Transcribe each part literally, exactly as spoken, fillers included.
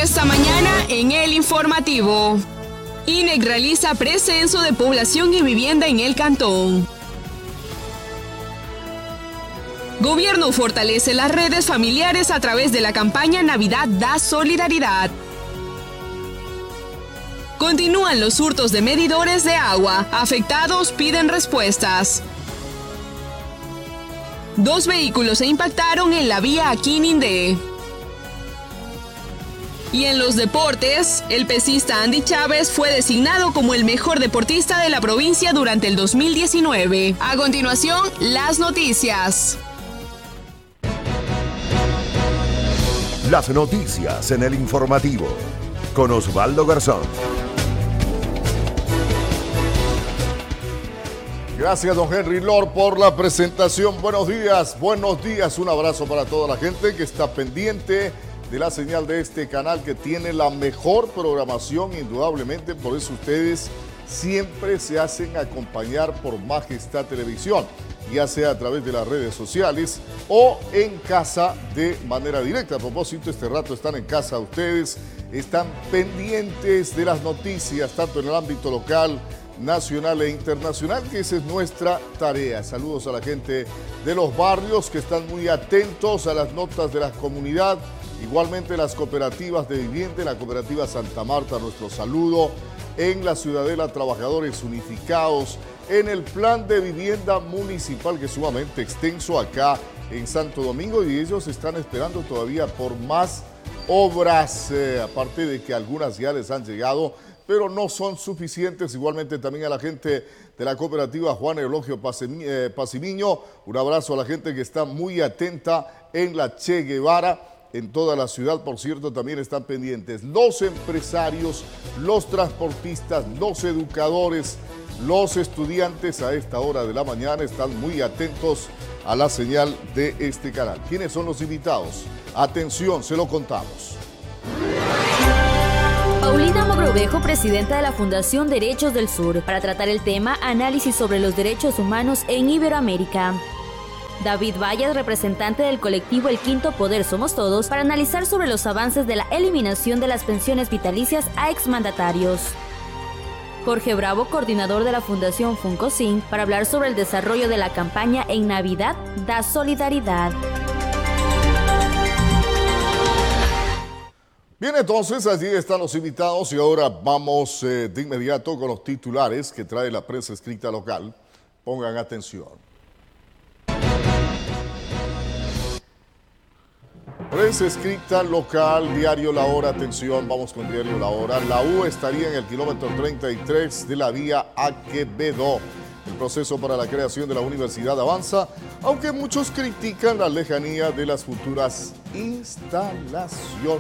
Esta mañana en el informativo. I N E C realiza precenso de población y vivienda en el cantón. Gobierno fortalece las redes familiares a través de la campaña Navidad da Solidaridad. Continúan los hurtos de medidores de agua. Afectados piden respuestas. Dos vehículos se impactaron en la vía Aquinindé. Y en los deportes, el pesista Andy Chávez fue designado como el mejor deportista de la provincia durante el dos mil diecinueve. A continuación, las noticias. Las noticias en el informativo, con Osvaldo Garzón. Gracias, don Henry Lord, por la presentación. Buenos días, buenos días. Un abrazo para toda la gente que está pendiente de la señal de este canal que tiene la mejor programación, indudablemente. Por eso ustedes siempre se hacen acompañar por Majestad Televisión, ya sea a través de las redes sociales o en casa de manera directa. A propósito, este rato están en casa ustedes, están pendientes de las noticias, tanto en el ámbito local, nacional e internacional, que esa es nuestra tarea. Saludos a la gente de los barrios que están muy atentos a las notas de la comunidad. Igualmente las cooperativas de vivienda, la cooperativa Santa Marta, nuestro saludo. En la Ciudadela, Trabajadores Unificados, en el plan de vivienda municipal que es sumamente extenso acá en Santo Domingo, y ellos están esperando todavía por más obras, eh, aparte de que algunas ya les han llegado, pero no son suficientes. Igualmente también a la gente de la cooperativa Juan Eulogio Pacimiño, un abrazo a la gente que está muy atenta en la Che Guevara. En toda la ciudad, por cierto, también están pendientes los empresarios, los transportistas, los educadores, los estudiantes a esta hora de la mañana están muy atentos a la señal de este canal. ¿Quiénes son los invitados? Atención, se lo contamos. Paulina Mogrovejo, presidenta de la Fundación Derechos del Sur, para tratar el tema Análisis sobre los derechos humanos en Iberoamérica. David Vallas, representante del colectivo El Quinto Poder Somos Todos, para analizar sobre los avances de la eliminación de las pensiones vitalicias a exmandatarios. Jorge Bravo, coordinador de la Fundación Funcosyn, para hablar sobre el desarrollo de la campaña En Navidad da Solidaridad. Bien, entonces allí están los invitados y ahora vamos eh, de inmediato con los titulares que trae la prensa escrita local. Pongan atención. Prensa escrita local, Diario La Hora, atención, vamos con Diario La Hora. La U estaría en el kilómetro treinta y tres de la vía Aquevedo. El proceso para la creación de la universidad avanza, aunque muchos critican la lejanía de las futuras instalaciones.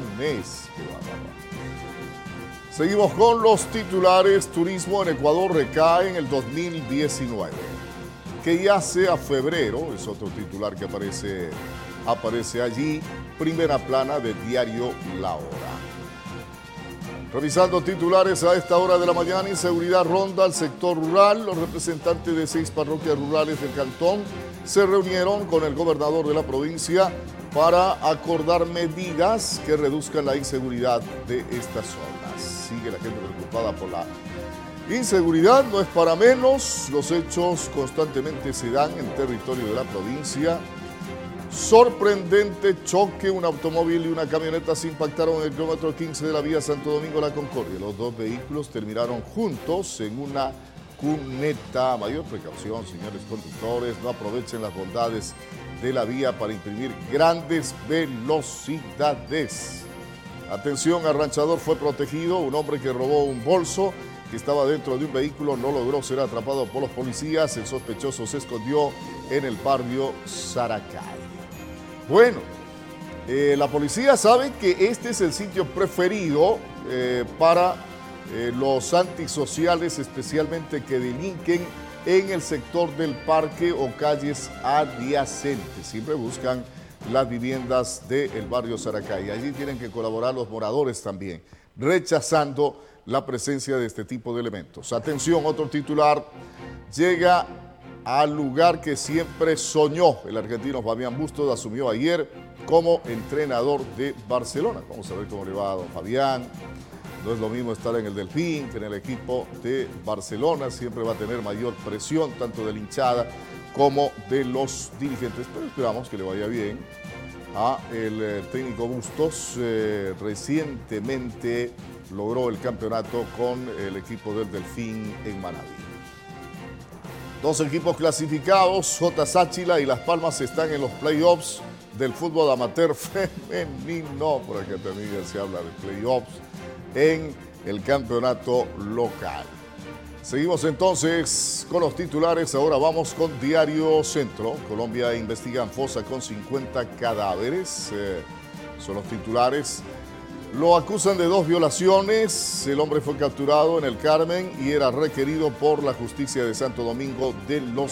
Seguimos con los titulares. Turismo en Ecuador recae en el dos mil diecinueve. Que ya sea febrero, es otro titular que aparece, aparece allí. Primera plana de Diario La Hora. Revisando titulares a esta hora de la mañana, inseguridad ronda al sector rural. Los representantes de seis parroquias rurales del cantón se reunieron con el gobernador de la provincia para acordar medidas que reduzcan la inseguridad de estas zonas. Sigue la gente preocupada por la inseguridad, no es para menos. Los hechos constantemente se dan en territorio de la provincia. Sorprendente choque, un automóvil y una camioneta se impactaron en el kilómetro quince de la vía Santo Domingo-La Concordia. Los dos vehículos terminaron juntos en una cuneta. Mayor precaución, señores conductores, no aprovechen las bondades de la vía para imprimir grandes velocidades. Atención, arranchador fue protegido. Un hombre que robó un bolso que estaba dentro de un vehículo no logró ser atrapado por los policías. El sospechoso se escondió en el barrio Saracay. Bueno, eh, la policía sabe que este es el sitio preferido eh, para eh, los antisociales, especialmente que delinquen en el sector del parque o calles adyacentes. Siempre buscan las viviendas del barrio Saracay. Allí tienen que colaborar los moradores también, rechazando la presencia de este tipo de elementos. Atención, otro titular. Llega al lugar que siempre soñó. El argentino Fabián Bustos asumió ayer como entrenador de Barcelona. Vamos a ver cómo le va a don Fabián. No es lo mismo estar en el Delfín que en el equipo de Barcelona. Siempre va a tener mayor presión, tanto de la hinchada como de los dirigentes. Pero esperamos que le vaya bien a el eh, técnico Bustos. Eh, recientemente logró el campeonato con el equipo del Delfín en Manabí. Dos equipos clasificados, J. Sáchila y Las Palmas, están en los playoffs del fútbol amateur femenino. Por acá también se habla de playoffs en el campeonato local. Seguimos entonces con los titulares. Ahora vamos con Diario Centro. Colombia investiga en fosa con cincuenta cadáveres. Eh, son los titulares. Lo acusan de dos violaciones. El hombre fue capturado en el Carmen y era requerido por la justicia de Santo Domingo de los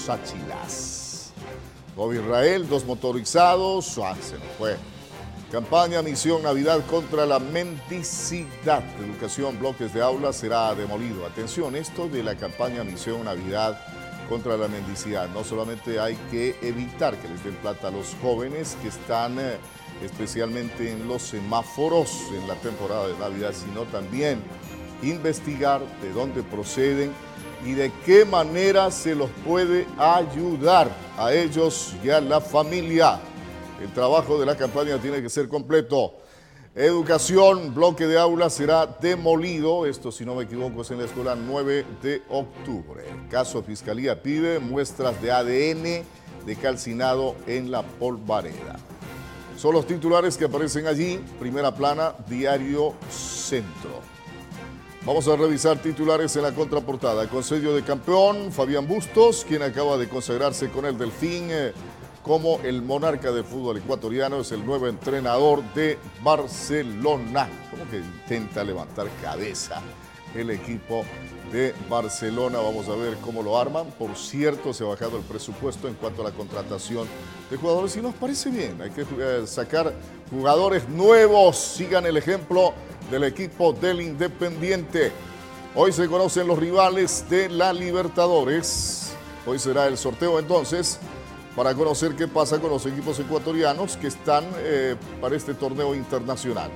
Sáchilas. Nuevo Israel, dos motorizados. Ah, se nos fue. Campaña Misión Navidad contra la mendicidad. Educación, bloques de aulas será demolido. Atención, esto de la campaña Misión Navidad contra la mendicidad. No solamente hay que evitar que les den plata a los jóvenes que están eh, especialmente en los semáforos en la temporada de Navidad, sino también investigar de dónde proceden y de qué manera se los puede ayudar a ellos y a la familia. El trabajo de la campaña tiene que ser completo. Educación, bloque de aulas será demolido. Esto, si no me equivoco, es en la escuela nueve de octubre. Caso Fiscalía pide muestras de A D N de calcinado en la polvareda. Son los titulares que aparecen allí. Primera plana, Diario Centro. Vamos a revisar titulares en la contraportada. Consejo de campeón, Fabián Bustos, quien acaba de consagrarse con el Delfín eh, como el monarca del fútbol ecuatoriano, es el nuevo entrenador de Barcelona. Como que intenta levantar cabeza el equipo de Barcelona. Vamos a ver cómo lo arman. Por cierto, se ha bajado el presupuesto en cuanto a la contratación de jugadores y nos parece bien. Hay que eh, sacar jugadores nuevos. Sigan el ejemplo del equipo del Independiente. Hoy se conocen los rivales de la Libertadores. Hoy será el sorteo entonces para conocer qué pasa con los equipos ecuatorianos que están eh, para este torneo internacional.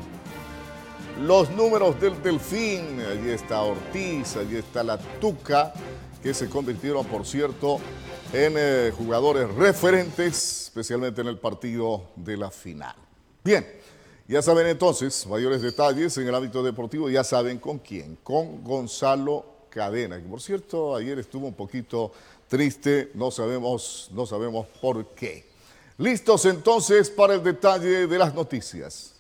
Los números del Delfín, allí está Ortiz, allí está la Tuca, que se convirtieron, por cierto, en eh, jugadores referentes, especialmente en el partido de la final. Bien, ya saben entonces, mayores detalles en el ámbito deportivo, ya saben con quién, con Gonzalo Cadena, que por cierto ayer estuvo un poquito triste, no sabemos, no sabemos por qué. Listos entonces para el detalle de las noticias.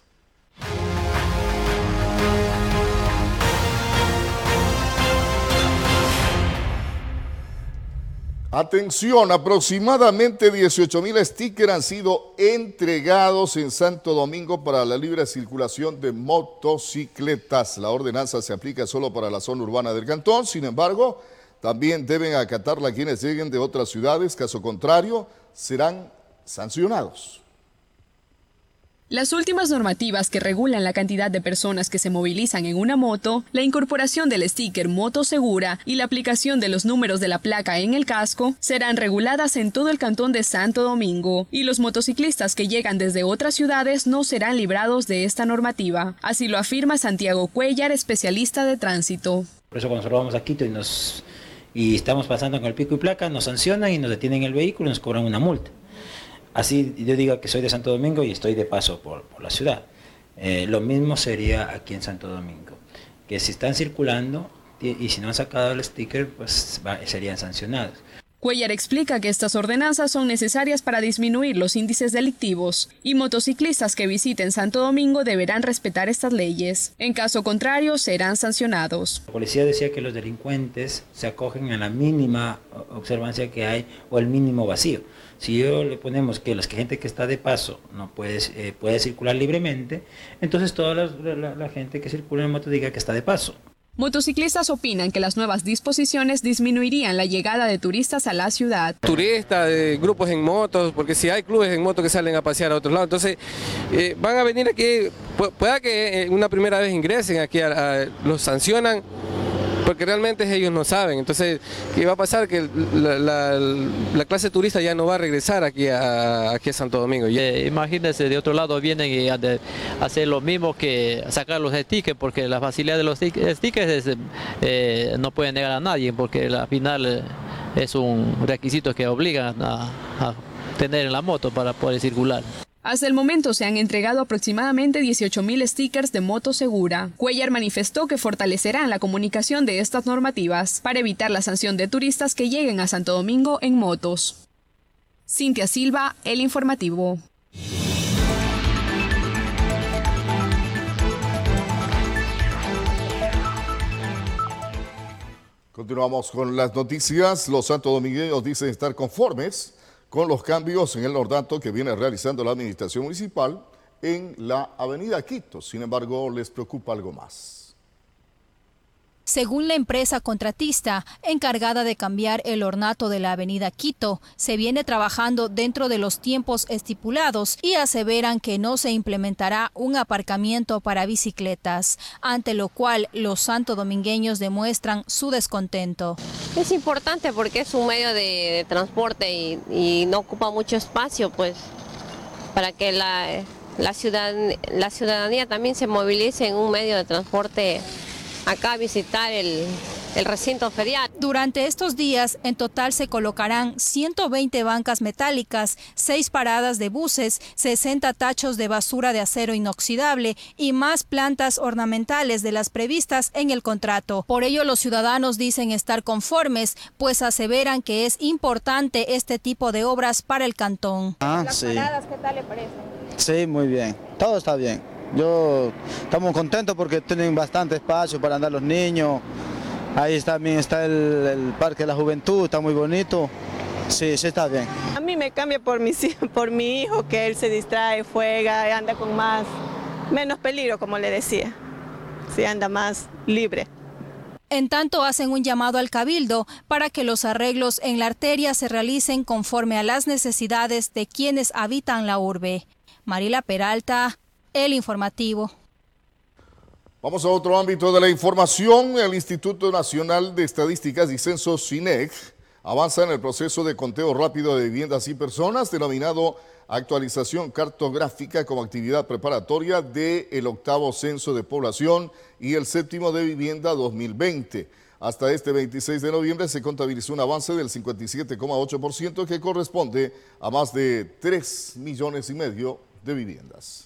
Atención, aproximadamente dieciocho mil stickers han sido entregados en Santo Domingo para la libre circulación de motocicletas. La ordenanza se aplica solo para la zona urbana del cantón, sin embargo, también deben acatarla quienes lleguen de otras ciudades, caso contrario, serán sancionados. Las últimas normativas que regulan la cantidad de personas que se movilizan en una moto, la incorporación del sticker Moto Segura y la aplicación de los números de la placa en el casco serán reguladas en todo el cantón de Santo Domingo y los motociclistas que llegan desde otras ciudades no serán librados de esta normativa. Así lo afirma Santiago Cuellar, especialista de tránsito. Por eso cuando nosotros vamos a Quito y, nos, y estamos pasando con el pico y placa, nos sancionan y nos detienen el vehículo y nos cobran una multa. Así yo digo que soy de Santo Domingo y estoy de paso por, por la ciudad. Eh, lo mismo sería aquí en Santo Domingo, que si están circulando y si no han sacado el sticker, pues va, serían sancionados. Cuellar explica que estas ordenanzas son necesarias para disminuir los índices delictivos y motociclistas que visiten Santo Domingo deberán respetar estas leyes. En caso contrario, serán sancionados. La policía decía que los delincuentes se acogen a la mínima observancia que hay o el mínimo vacío. Si yo le ponemos que la gente que está de paso no puede, eh, puede circular libremente, entonces toda la, la, la gente que circula en moto diga que está de paso. Motociclistas opinan que las nuevas disposiciones disminuirían la llegada de turistas a la ciudad. Turistas, de grupos en motos, porque si hay clubes en moto que salen a pasear a otros lados, entonces eh, van a venir aquí, pu pueda que una primera vez ingresen aquí, a, a, los sancionan porque realmente ellos no saben. Entonces, ¿qué va a pasar? Que la, la, la clase turista ya no va a regresar aquí a, aquí a Santo Domingo. Eh, imagínense, de otro lado vienen y a de, hacer lo mismo que sacar los stickers, porque la facilidad de los stickers es, eh, no pueden negar a nadie, porque al final eh, es un requisito que obligan a, a tener en la moto para poder circular. Hasta el momento se han entregado aproximadamente dieciocho mil stickers de moto segura. Cuellar manifestó que fortalecerán la comunicación de estas normativas para evitar la sanción de turistas que lleguen a Santo Domingo en motos. Cintia Silva, El Informativo. Continuamos con las noticias. Los santodomingueños dicen estar conformes con los cambios en el ornato que viene realizando la administración municipal en la avenida Quito. Sin embargo, les preocupa algo más. Según la empresa contratista encargada de cambiar el ornato de la avenida Quito, se viene trabajando dentro de los tiempos estipulados y aseveran que no se implementará un aparcamiento para bicicletas, ante lo cual los santodomingueños demuestran su descontento. Es importante porque es un medio de, de transporte y, y no ocupa mucho espacio, pues, para que la, la, ciudad, la ciudadanía también se movilice en un medio de transporte acá a visitar el, el recinto ferial. Durante estos días, en total se colocarán ciento veinte bancas metálicas, seis paradas de buses, sesenta tachos de basura de acero inoxidable y más plantas ornamentales de las previstas en el contrato. Por ello, los ciudadanos dicen estar conformes, pues aseveran que es importante este tipo de obras para el cantón. Ah, ¿Las sí. paradas qué tal le parecen? Sí, muy bien. Todo está bien. Yo estamos contentos porque tienen bastante espacio para andar los niños. Ahí también está el, el Parque de la Juventud, está muy bonito. Sí, sí está bien. A mí me cambia por mi, por mi hijo, que él se distrae, juega, anda con más, menos peligro, como le decía. Sí, anda más libre. En tanto, hacen un llamado al Cabildo para que los arreglos en la arteria se realicen conforme a las necesidades de quienes habitan la urbe. Marila Peralta, El Informativo. Vamos a otro ámbito de la información. El Instituto Nacional de Estadísticas y Censos, INEC, avanza en el proceso de conteo rápido de viviendas y personas, denominado actualización cartográfica, como actividad preparatoria del octavo censo de población y el séptimo de vivienda dos mil veinte. Hasta este veintiséis de noviembre se contabilizó un avance del cincuenta y siete coma ocho por ciento, que corresponde a más de tres millones y medio de viviendas.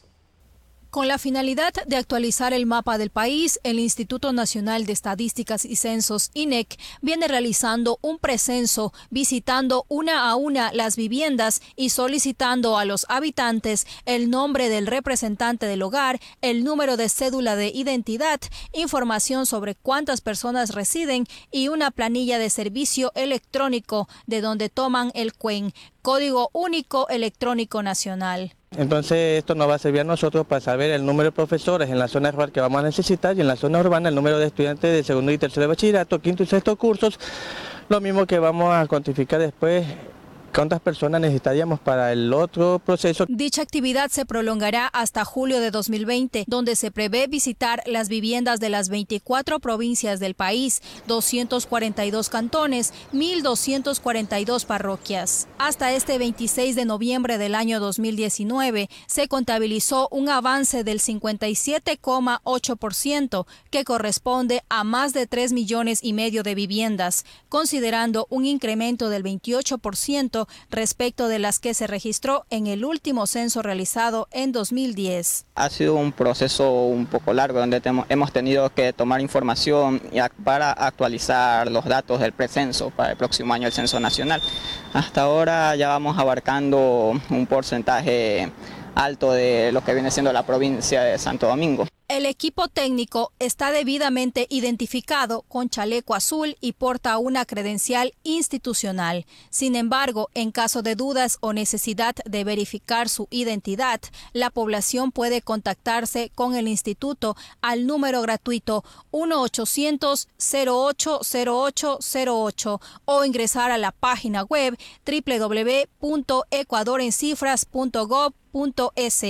Con la finalidad de actualizar el mapa del país, el Instituto Nacional de Estadísticas y Censos, INEC, viene realizando un precenso, visitando una a una las viviendas y solicitando a los habitantes el nombre del representante del hogar, el número de cédula de identidad, información sobre cuántas personas residen y una planilla de servicio electrónico de donde toman el C U E N, Código Único Electrónico Nacional. Entonces esto nos va a servir a nosotros para saber el número de profesores en la zona rural que vamos a necesitar, y en la zona urbana el número de estudiantes de segundo y tercero de bachillerato, quinto y sexto cursos, lo mismo que vamos a cuantificar después cuántas personas necesitaríamos para el otro proceso. Dicha actividad se prolongará hasta julio de dos mil veinte, donde se prevé visitar las viviendas de las veinticuatro provincias del país, doscientos cuarenta y dos cantones, mil doscientas cuarenta y dos parroquias. Hasta este veintiséis de noviembre del año dos mil diecinueve se contabilizó un avance del cincuenta y siete coma ocho por ciento, que corresponde a más de tres millones y medio de viviendas, considerando un incremento del veintiocho por ciento respecto de las que se registró en el último censo realizado en dos mil diez. Ha sido un proceso un poco largo donde hemos tenido que tomar información para actualizar los datos del precenso para el próximo año, el censo nacional. Hasta ahora ya vamos abarcando un porcentaje alto de lo que viene siendo la provincia de Santo Domingo. El equipo técnico está debidamente identificado con chaleco azul y porta una credencial institucional. Sin embargo, en caso de dudas o necesidad de verificar su identidad, la población puede contactarse con el instituto al número gratuito uno ochocientos cero ocho cero ocho cero ocho o ingresar a la página web doble u doble u doble u punto ecuadorencifras punto gob punto es.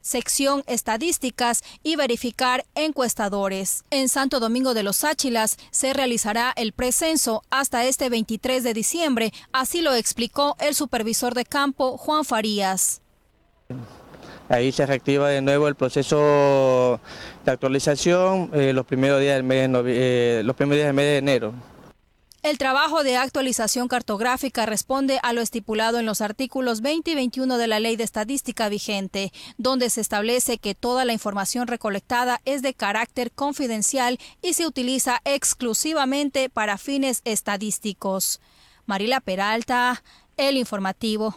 sección estadísticas y verificar encuestadores. En Santo Domingo de los Áchilas se realizará el precenso hasta este veintitrés de diciembre, así lo explicó el supervisor de campo Juan Farías. Ahí se reactiva de nuevo el proceso de actualización eh, los primeros días del mes de, eh, los primeros días del mes de enero. El trabajo de actualización cartográfica responde a lo estipulado en los artículos veinte y veintiuno de la Ley de Estadística vigente, donde se establece que toda la información recolectada es de carácter confidencial y se utiliza exclusivamente para fines estadísticos. Marila Peralta, El Informativo.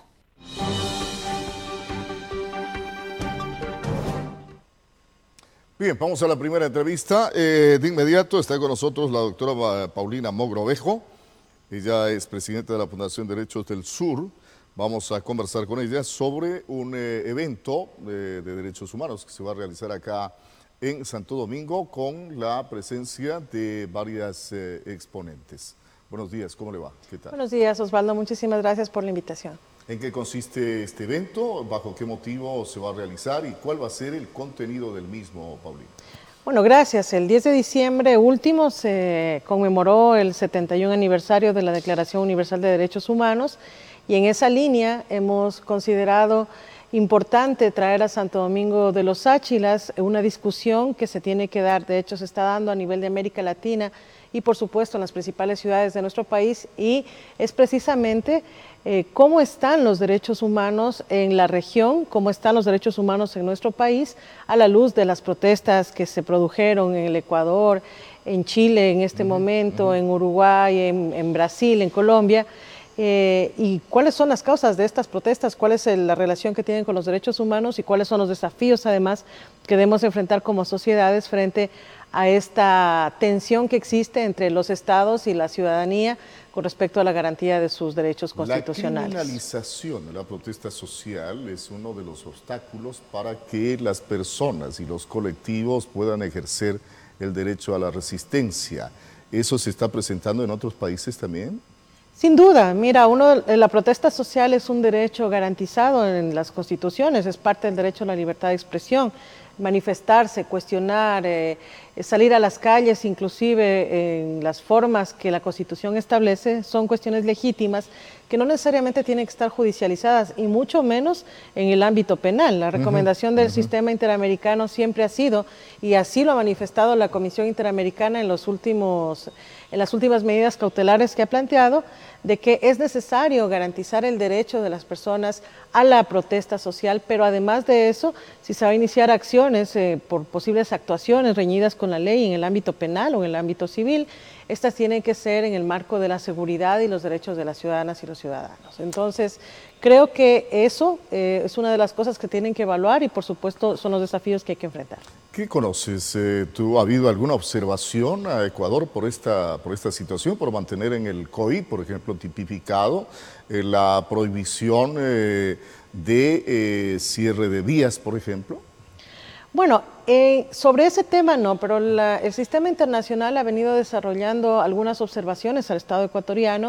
Bien, vamos a la primera entrevista. Eh, de inmediato está con nosotros la doctora Paulina Mogrovejo. Ella es presidenta de la Fundación Derechos del Sur. Vamos a conversar con ella sobre un eh, evento de, de derechos humanos que se va a realizar acá en Santo Domingo con la presencia de varias eh, exponentes. Buenos días, ¿cómo le va? ¿Qué tal? Buenos días, Osvaldo. Muchísimas gracias por la invitación. ¿En qué consiste este evento? ¿Bajo qué motivo se va a realizar? ¿Y cuál va a ser el contenido del mismo, Paulina? Bueno, gracias. El diez de diciembre último se conmemoró el setenta y un aniversario de la Declaración Universal de Derechos Humanos y en esa línea hemos considerado importante traer a Santo Domingo de los Áchilas una discusión que se tiene que dar, de hecho se está dando a nivel de América Latina y por supuesto en las principales ciudades de nuestro país, y es precisamente eh, cómo están los derechos humanos en la región, cómo están los derechos humanos en nuestro país a la luz de las protestas que se produjeron en el Ecuador, en Chile en este uh-huh, momento, uh-huh. en Uruguay, en, en Brasil, en Colombia. Eh, y cuáles son las causas de estas protestas, cuál es el, la relación que tienen con los derechos humanos y cuáles son los desafíos además que debemos enfrentar como sociedades frente a esta tensión que existe entre los estados y la ciudadanía con respecto a la garantía de sus derechos constitucionales. La criminalización de la protesta social es uno de los obstáculos para que las personas y los colectivos puedan ejercer el derecho a la resistencia. ¿Eso se está presentando en otros países también? Sin duda, mira, uno, la protesta social es un derecho garantizado en las constituciones, es parte del derecho a la libertad de expresión, manifestarse, cuestionar, eh, salir a las calles, inclusive en las formas que la Constitución establece, son cuestiones legítimas que no necesariamente tienen que estar judicializadas y mucho menos en el ámbito penal. La recomendación uh-huh, del uh-huh. sistema interamericano siempre ha sido, y así lo ha manifestado la Comisión Interamericana en los últimos, en las últimas medidas cautelares que ha planteado, de que es necesario garantizar el derecho de las personas a la protesta social, pero además de eso, si se va a iniciar acciones eh, por posibles actuaciones reñidas con la ley en el ámbito penal o en el ámbito civil, estas tienen que ser en el marco de la seguridad y los derechos de las ciudadanas y los ciudadanos. Entonces, creo que eso eh, es una de las cosas que tienen que evaluar y por supuesto son los desafíos que hay que enfrentar. ¿Qué conoces? Eh, ¿Tú ha habido alguna observación a Ecuador por esta, por esta situación, por mantener en el C O I, por ejemplo, tipificado eh, la prohibición eh, de eh, cierre de vías, por ejemplo? Bueno, eh, sobre ese tema no, pero la, el sistema internacional ha venido desarrollando algunas observaciones al Estado ecuatoriano,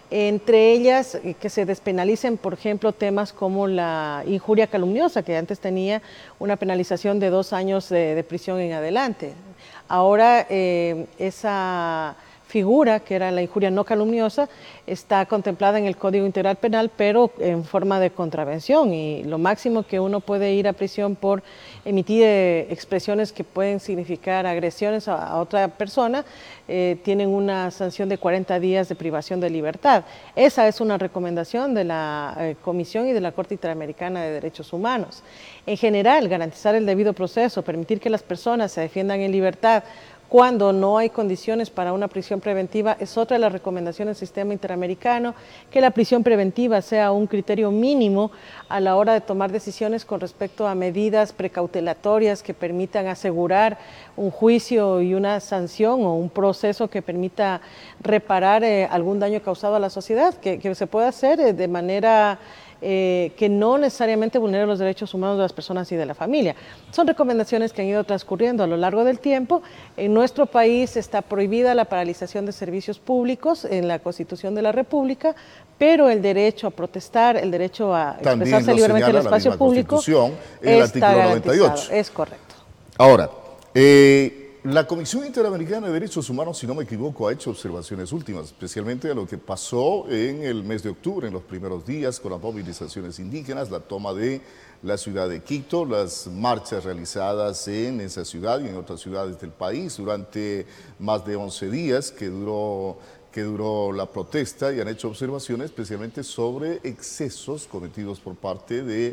entre ellas eh, que se despenalicen, por ejemplo, temas como la injuria calumniosa, que antes tenía una penalización de dos años de, de prisión en adelante. Ahora eh, esa figura, que era la injuria no calumniosa, está contemplada en el Código Integral Penal, pero en forma de contravención, y lo máximo que uno puede ir a prisión por emitir eh, expresiones que pueden significar agresiones a, a otra persona, eh, tienen una sanción de cuarenta días de privación de libertad. Esa es una recomendación de la eh, Comisión y de la Corte Interamericana de Derechos Humanos. En general, garantizar el debido proceso, permitir que las personas se defiendan en libertad, cuando no hay condiciones para una prisión preventiva, es otra de las recomendaciones del sistema interamericano, que la prisión preventiva sea un criterio mínimo a la hora de tomar decisiones con respecto a medidas precautelatorias que permitan asegurar un juicio y una sanción o un proceso que permita reparar eh, algún daño causado a la sociedad, que, que se pueda hacer eh, de manera eh, que no necesariamente vulnere los derechos humanos de las personas y de la familia. Son recomendaciones que han ido transcurriendo a lo largo del tiempo. En nuestro país está prohibida la paralización de servicios públicos en la Constitución de la República, pero el derecho a protestar, el derecho a también expresarse libremente en el espacio público en el artículo noventa y ocho. Es correcto. Ahora, eh, la Comisión Interamericana de Derechos Humanos, si no me equivoco, ha hecho observaciones últimas, especialmente a lo que pasó en el mes de octubre, en los primeros días, con las movilizaciones indígenas, la toma de la ciudad de Quito, las marchas realizadas en esa ciudad y en otras ciudades del país durante más de once días que duró, que duró la protesta, y han hecho observaciones especialmente sobre excesos cometidos por parte de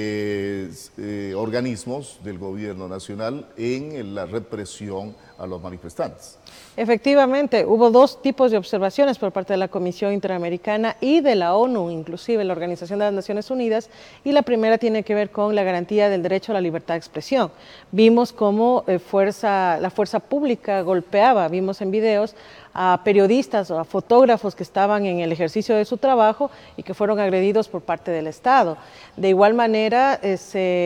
Eh, eh, organismos del gobierno nacional en la represión a los manifestantes. Efectivamente, hubo dos tipos de observaciones por parte de la Comisión Interamericana y de la ONU, inclusive la Organización de las Naciones Unidas, y la primera tiene que ver con la garantía del derecho a la libertad de expresión. Vimos cómo eh, fuerza, la fuerza pública golpeaba, vimos en videos a periodistas o a fotógrafos que estaban en el ejercicio de su trabajo y que fueron agredidos por parte del Estado. De igual manera, eh,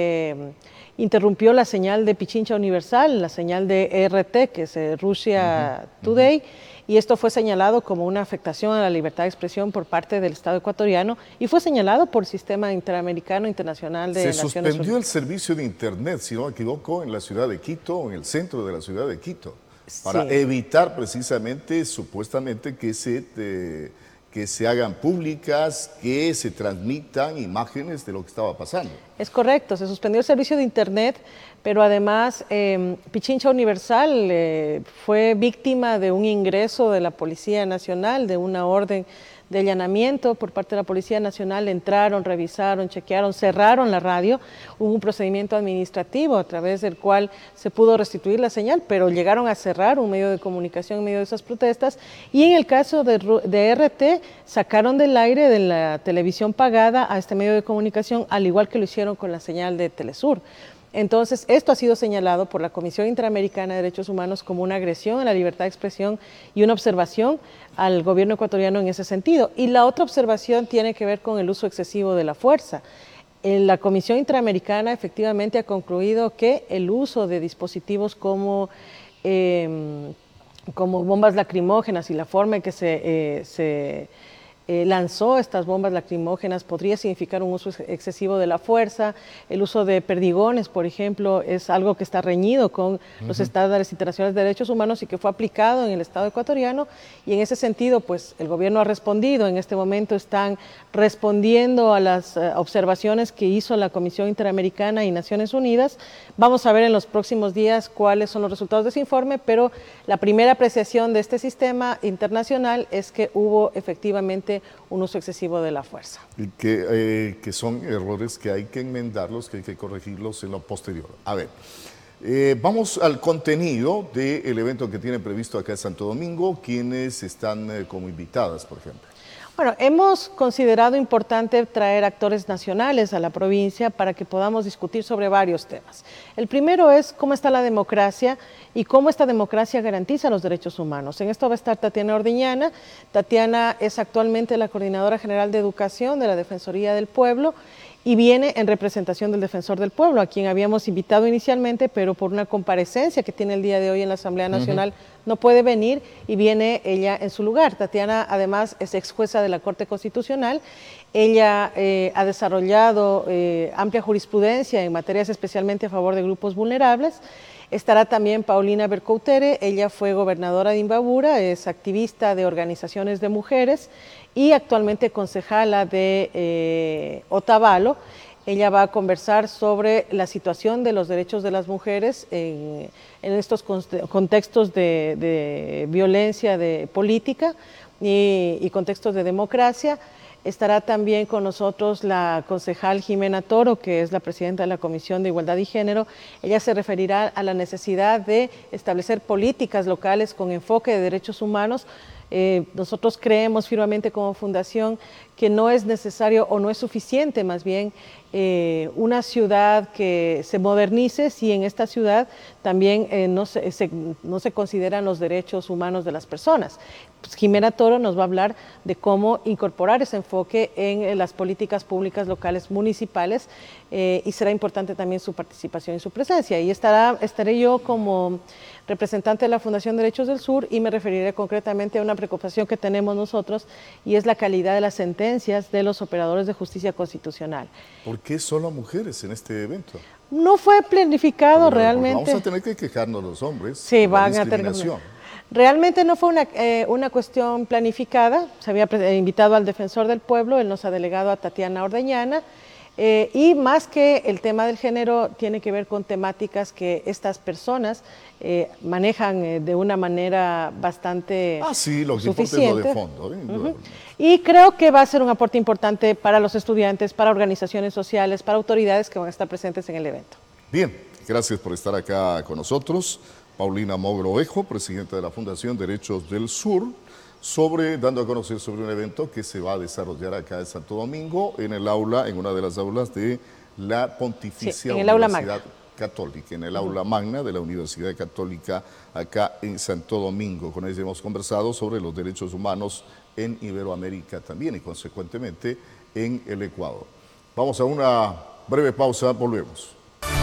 se interrumpió la señal de Pichincha Universal, la señal de E R T, que es eh, Russia uh-huh. Today, y esto fue señalado como una afectación a la libertad de expresión por parte del Estado ecuatoriano y fue señalado por el Sistema Interamericano Internacional de Se Naciones Unidas. Se suspendió el servicio de Internet, si no me equivoco, en la ciudad de Quito, en el centro de la ciudad de Quito, para sí. evitar precisamente, supuestamente, que se, te, que se hagan públicas, que se transmitan imágenes de lo que estaba pasando. Es correcto, se suspendió el servicio de Internet, pero además eh, Pichincha Universal eh, fue víctima de un ingreso de la Policía Nacional, de una orden de allanamiento por parte de la Policía Nacional. Entraron, revisaron, chequearon, cerraron la radio. Hubo un procedimiento administrativo a través del cual se pudo restituir la señal, pero llegaron a cerrar un medio de comunicación en medio de esas protestas. Y en el caso de, de R T, sacaron del aire de la televisión pagada a este medio de comunicación, al igual que lo hicieron con la señal de Telesur. Entonces, esto ha sido señalado por la Comisión Interamericana de Derechos Humanos como una agresión a la libertad de expresión y una observación al gobierno ecuatoriano en ese sentido. Y la otra observación tiene que ver con el uso excesivo de la fuerza. La Comisión Interamericana efectivamente ha concluido que el uso de dispositivos como, eh, como bombas lacrimógenas y la forma en que se... Eh, se Eh, lanzó estas bombas lacrimógenas podría significar un uso excesivo de la fuerza. El uso de perdigones, por ejemplo, es algo que está reñido con uh-huh. los estándares internacionales de derechos humanos y que fue aplicado en el Estado ecuatoriano, y en ese sentido, pues el gobierno ha respondido. En este momento están respondiendo a las uh, observaciones que hizo la Comisión Interamericana y Naciones Unidas. Vamos a ver en los próximos días cuáles son los resultados de ese informe, pero la primera apreciación de este sistema internacional es que hubo efectivamente un uso excesivo de la fuerza. Y que, eh, que son errores que hay que enmendarlos, que hay que corregirlos en lo posterior. A ver, eh, vamos al contenido del evento que tienen previsto acá en Santo Domingo, quienes están eh, como invitadas, por ejemplo. Bueno, hemos considerado importante traer actores nacionales a la provincia para que podamos discutir sobre varios temas. El primero es cómo está la democracia y cómo esta democracia garantiza los derechos humanos. En esto va a estar Tatiana Ordiñana. Tatiana es actualmente la Coordinadora General de Educación de la Defensoría del Pueblo y viene en representación del Defensor del Pueblo, a quien habíamos invitado inicialmente, pero por una comparecencia que tiene el día de hoy en la Asamblea Nacional uh-huh. no puede venir y viene ella en su lugar. Tatiana además es ex jueza de la Corte Constitucional. Ella eh, ha desarrollado eh, amplia jurisprudencia en materias especialmente a favor de grupos vulnerables. Estará también Paulina Bercoutere. Ella fue gobernadora de Imbabura, es activista de organizaciones de mujeres y actualmente concejala de eh, Otavalo. Ella va a conversar sobre la situación de los derechos de las mujeres en, en estos contextos de, de violencia de política y, y contextos de democracia. Estará también con nosotros la concejal Jimena Toro, que es la presidenta de la Comisión de Igualdad y Género. Ella se referirá a la necesidad de establecer políticas locales con enfoque de derechos humanos Eh, nosotros creemos firmemente como fundación que no es necesario o no es suficiente más bien eh, una ciudad que se modernice si en esta ciudad también eh, no, se, se, no se consideran los derechos humanos de las personas. Pues Jimena Toro nos va a hablar de cómo incorporar ese enfoque en, en las políticas públicas locales municipales eh, y será importante también su participación y su presencia. Y estará, estaré yo como representante de la Fundación Derechos del Sur y me referiré concretamente a una preocupación que tenemos nosotros y es la calidad de las sentencias de los operadores de justicia constitucional. ¿Por qué solo mujeres en este evento? No fue planificado Pero, realmente. Vamos a tener que quejarnos los hombres. Sí, por la van a tener discriminación. Realmente no fue una, eh, una cuestión planificada, se había invitado al defensor del pueblo, él nos ha delegado a Tatiana Ordeñana, eh, y más que el tema del género tiene que ver con temáticas que estas personas eh, manejan eh, de una manera bastante Ah, sí, lo que suficiente. importa es lo de fondo. ¿eh? Uh-huh. Y creo que va a ser un aporte importante para los estudiantes, para organizaciones sociales, para autoridades que van a estar presentes en el evento. Bien, gracias por estar acá con nosotros. Paulina Mogrovejo, presidenta de la Fundación Derechos del Sur, sobre, dando a conocer sobre un evento que se va a desarrollar acá en Santo Domingo, en el aula, en una de las aulas de la Pontificia sí, en el aula Universidad magna. Católica, en el aula magna de la Universidad Católica acá en Santo Domingo. Con ella hemos conversado sobre los derechos humanos en Iberoamérica también y consecuentemente en el Ecuador. Vamos a una breve pausa, volvemos.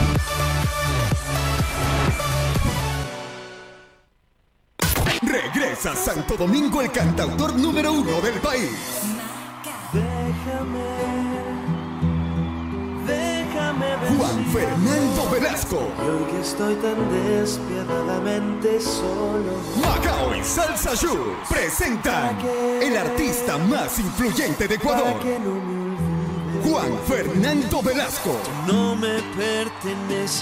Regresa a Santo Domingo el cantautor número uno del país. Déjame, déjame ver. Juan Fernando Velasco. Y hoy que estoy tan despiadadamente solo. Macao y Salsa Show presentan el artista más influyente de Ecuador. Juan Fernando Velasco. No me pertenece.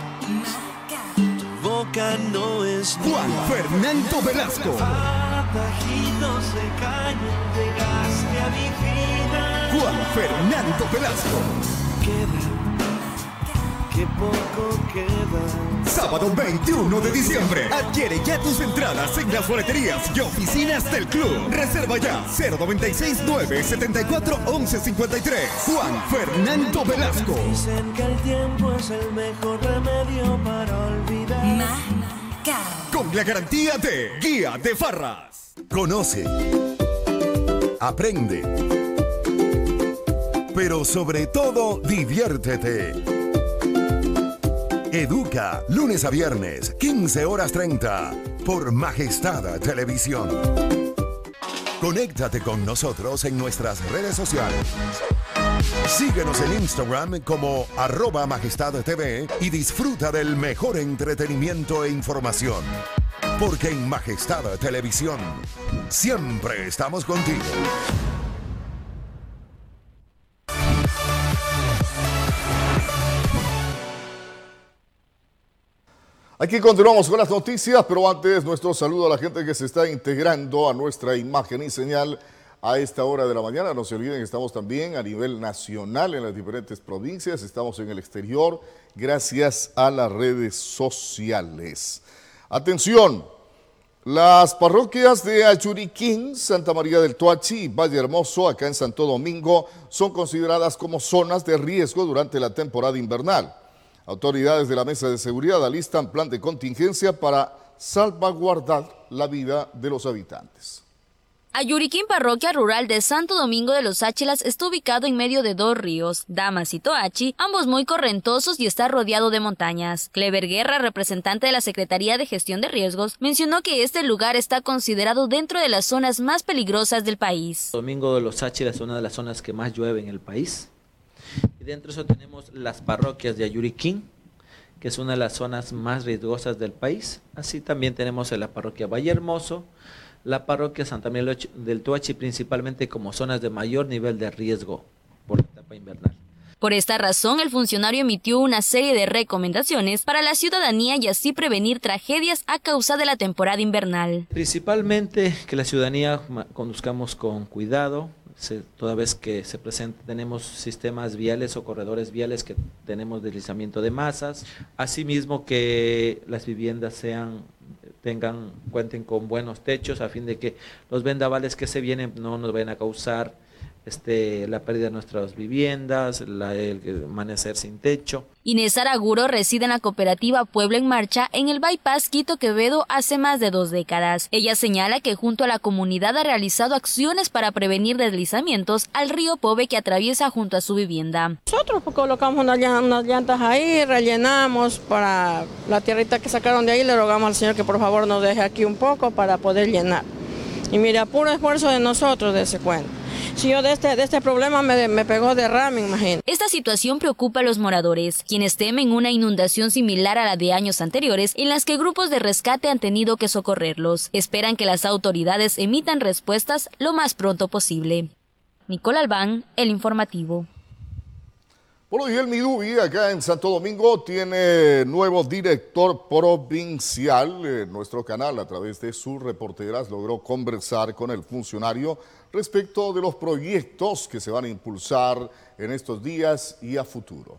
Boca no es Juan mía. Fernando Velasco. Atajitos de caño llegaste a mi vida. Juan Fernando Velasco. Queda, que poco queda. Sábado veintiuno de diciembre. Adquiere ya tus entradas en las boleterías y oficinas del club. Reserva ya cero nueve seis nueve siete cuatro once cincuenta y tres. Juan Fernando Velasco. Dicen que el tiempo es el mejor remedio para olvidar. Con la garantía de Guía de Farras. Conoce, aprende, pero sobre todo diviértete. Educa, lunes a viernes, quince horas treinta, por Majestad Televisión. Conéctate con nosotros en nuestras redes sociales. Síguenos en Instagram como arroba Majestad T V y disfruta del mejor entretenimiento e información. Porque en Majestad Televisión siempre estamos contigo. Aquí continuamos con las noticias, pero antes nuestro saludo a la gente que se está integrando a nuestra imagen y señal a esta hora de la mañana. No se olviden que estamos también a nivel nacional en las diferentes provincias, estamos en el exterior gracias a las redes sociales. Atención, las parroquias de Ayuriquín, Santa María del Toachi y Valle Hermoso, acá en Santo Domingo, son consideradas como zonas de riesgo durante la temporada invernal. Autoridades de la Mesa de Seguridad alistan plan de contingencia para salvaguardar la vida de los habitantes. Ayuriquín, parroquia rural de Santo Domingo de los Áchilas, está ubicado en medio de dos ríos, Damas y Toachi, ambos muy correntosos y está rodeado de montañas. Clever Guerra, representante de la Secretaría de Gestión de Riesgos, mencionó que este lugar está considerado dentro de las zonas más peligrosas del país. Domingo de los Áchilas es una de las zonas que más llueve en el país. Y dentro de eso tenemos las parroquias de Ayuriquín, que es una de las zonas más riesgosas del país. Así también tenemos en la parroquia Valle Hermoso, la parroquia Santa María del Toachi, principalmente como zonas de mayor nivel de riesgo por la etapa invernal. Por esta razón, el funcionario emitió una serie de recomendaciones para la ciudadanía y así prevenir tragedias a causa de la temporada invernal. Principalmente que la ciudadanía conduzcamos con cuidado, se, toda vez que se presenta, tenemos sistemas viales o corredores viales que tenemos deslizamiento de masas, asimismo que las viviendas sean tengan, cuenten con buenos techos a fin de que los vendavales que se vienen no nos vayan a causar Este, la pérdida de nuestras viviendas, la, el amanecer sin techo. Inés Araguro reside en la cooperativa Pueblo en Marcha en el Bypass Quito Quevedo hace más de dos décadas. Ella señala que junto a la comunidad ha realizado acciones para prevenir deslizamientos al río Pove que atraviesa junto a su vivienda. Nosotros colocamos unas, unas llantas ahí, rellenamos para la tierrita que sacaron de ahí, le rogamos al señor que por favor nos deje aquí un poco para poder llenar. Y mira, puro esfuerzo de nosotros de ese cuento. Si yo de este, de este problema me, me pegó derrame, imagínate. Esta situación preocupa a los moradores, quienes temen una inundación similar a la de años anteriores en las que grupos de rescate han tenido que socorrerlos. Esperan que las autoridades emitan respuestas lo más pronto posible. Nicole Albán, El Informativo. Por hoy el Midubi, acá en Santo Domingo, tiene nuevo director provincial. Eh, nuestro canal, a través de sus reporteras, logró conversar con el funcionario respecto de los proyectos que se van a impulsar en estos días y a futuro.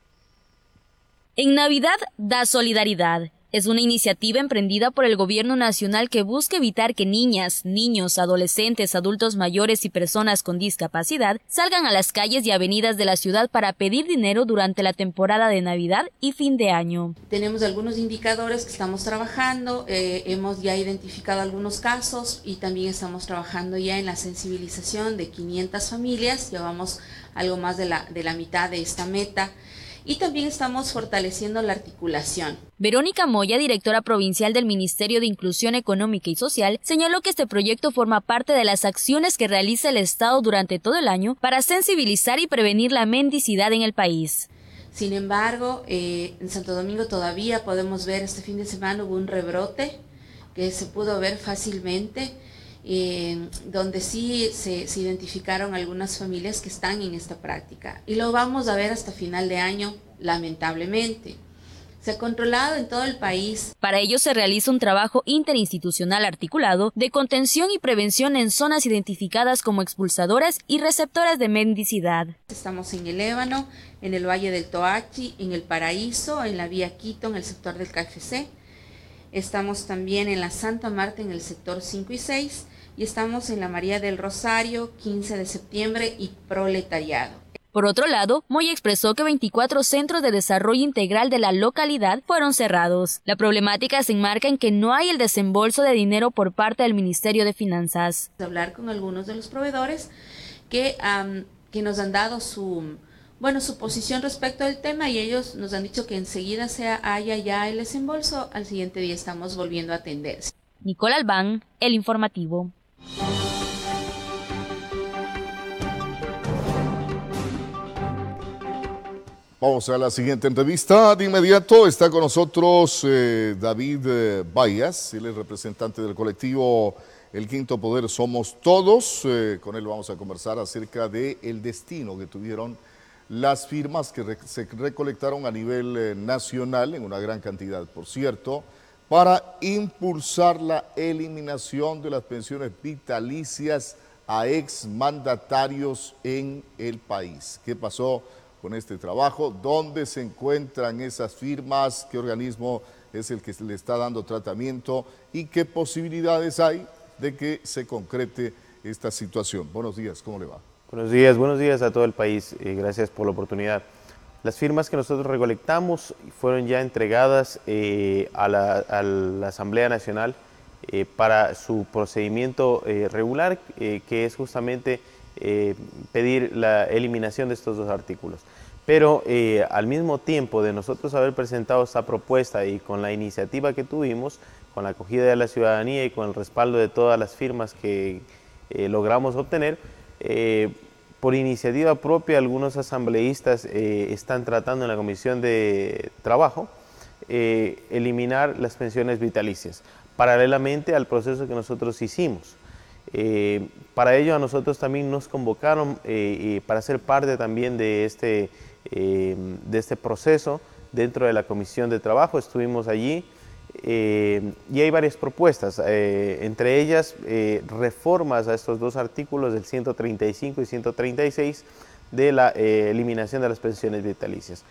En Navidad da solidaridad. Es una iniciativa emprendida por el Gobierno Nacional que busca evitar que niñas, niños, adolescentes, adultos mayores y personas con discapacidad salgan a las calles y avenidas de la ciudad para pedir dinero durante la temporada de Navidad y fin de año. Tenemos algunos indicadores que estamos trabajando, eh, hemos ya identificado algunos casos y también estamos trabajando ya en la sensibilización de quinientas familias, llevamos algo más de la, de la mitad de esta meta. Y también estamos fortaleciendo la articulación. Verónica Moya, directora provincial del Ministerio de Inclusión Económica y Social, señaló que este proyecto forma parte de las acciones que realiza el Estado durante todo el año para sensibilizar y prevenir la mendicidad en el país. Sin embargo, eh, en Santo Domingo todavía podemos ver, este fin de semana hubo un rebrote que se pudo ver fácilmente, Eh, donde sí se, se identificaron algunas familias que están en esta práctica y lo vamos a ver hasta final de año, lamentablemente. Se ha controlado en todo el país. Para ello se realiza un trabajo interinstitucional articulado de contención y prevención en zonas identificadas como expulsadoras y receptoras de mendicidad. Estamos en el Ébano, en el Valle del Toachi, en el Paraíso, en la vía Quito, en el sector del K F C. Estamos también en la Santa Marta, en el sector cinco y seis. Y estamos en la María del Rosario, quince de septiembre y Proletariado. Por otro lado, Moya expresó que veinticuatro centros de desarrollo integral de la localidad fueron cerrados. La problemática se enmarca en que no hay el desembolso de dinero por parte del Ministerio de Finanzas. Hablar con algunos de los proveedores que, um, que nos han dado su, bueno, su posición respecto al tema y ellos nos han dicho que enseguida se haya ya el desembolso, al siguiente día estamos volviendo a atender. Nicole Albán, El Informativo. Vamos a la siguiente entrevista. De inmediato está con nosotros eh, David eh, Vallas, él es representante del colectivo El Quinto Poder Somos Todos. Eh, con él vamos a conversar acerca del destino que tuvieron las firmas que re se recolectaron a nivel eh, nacional, en una gran cantidad, por cierto, para impulsar la eliminación de las pensiones vitalicias a exmandatarios en el país. ¿Qué pasó con este trabajo? ¿Dónde se encuentran esas firmas? ¿Qué organismo es el que le está dando tratamiento? ¿Y qué posibilidades hay de que se concrete esta situación? Buenos días, ¿cómo le va? Buenos días, buenos días a todo el país. Eh, gracias por la oportunidad. Las firmas que nosotros recolectamos fueron ya entregadas eh, a, la, a la Asamblea Nacional eh, para su procedimiento eh, regular, eh, que es justamente eh, pedir la eliminación de estos dos artículos. Pero eh, al mismo tiempo de nosotros haber presentado esta propuesta y con la iniciativa que tuvimos, con la acogida de la ciudadanía y con el respaldo de todas las firmas que eh, logramos obtener, eh, por iniciativa propia, algunos asambleístas eh, están tratando en la Comisión de Trabajo eh, eliminar las pensiones vitalicias, paralelamente al proceso que nosotros hicimos. Eh, para ello a nosotros también nos convocaron eh, para ser parte también de este, eh, de este proceso dentro de la Comisión de Trabajo. Estuvimos allí eh, y hay varias propuestas, eh, entre ellas eh, reformas a estos dos artículos del ciento treinta y cinco y ciento treinta y seis de la eh, eliminación de las pensiones vitalicias.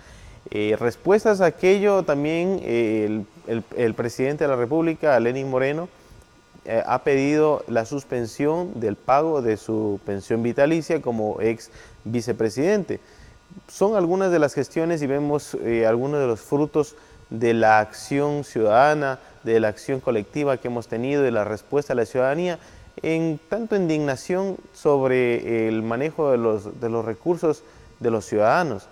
Eh, respuestas a aquello también eh, el, el, el presidente de la República, Lenín Moreno, eh, ha pedido la suspensión del pago de su pensión vitalicia como ex vicepresidente. Son algunas de las gestiones y vemos eh, algunos de los frutos de la acción ciudadana, de la acción colectiva que hemos tenido, de la respuesta a la ciudadanía, en tanto indignación sobre el manejo de los, de los recursos de los ciudadanos.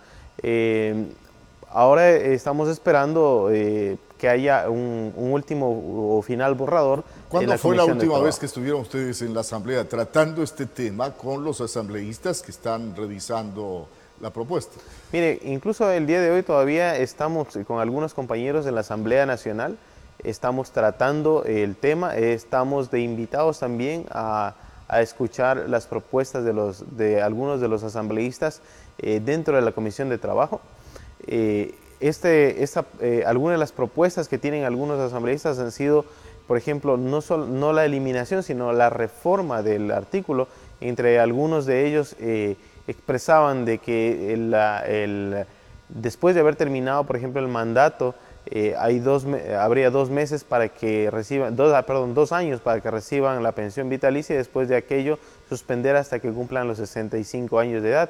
Eh, ahora estamos esperando eh, que haya un, un último o final borrador. ¿Cuándo fue la última vez que estuvieron ustedes en la Asamblea tratando este tema con los asambleístas que están revisando la propuesta? Mire, incluso el día de hoy todavía estamos con algunos compañeros en la Asamblea Nacional, estamos tratando el tema, estamos de invitados también a, a escuchar las propuestas de, los, de algunos de los asambleístas eh, dentro de la Comisión de Trabajo. Eh, este, esta, eh, algunas de las propuestas que tienen algunos asambleístas han sido, por ejemplo, no, sol, no la eliminación, sino la reforma del artículo. Entre algunos de ellos eh, expresaban de que el, el, después de haber terminado, por ejemplo, el mandato, eh, hay dos, habría dos meses para que reciban, dos, perdón, dos años para que reciban la pensión vitalicia y después de aquello suspender hasta que cumplan los sesenta y cinco años de edad.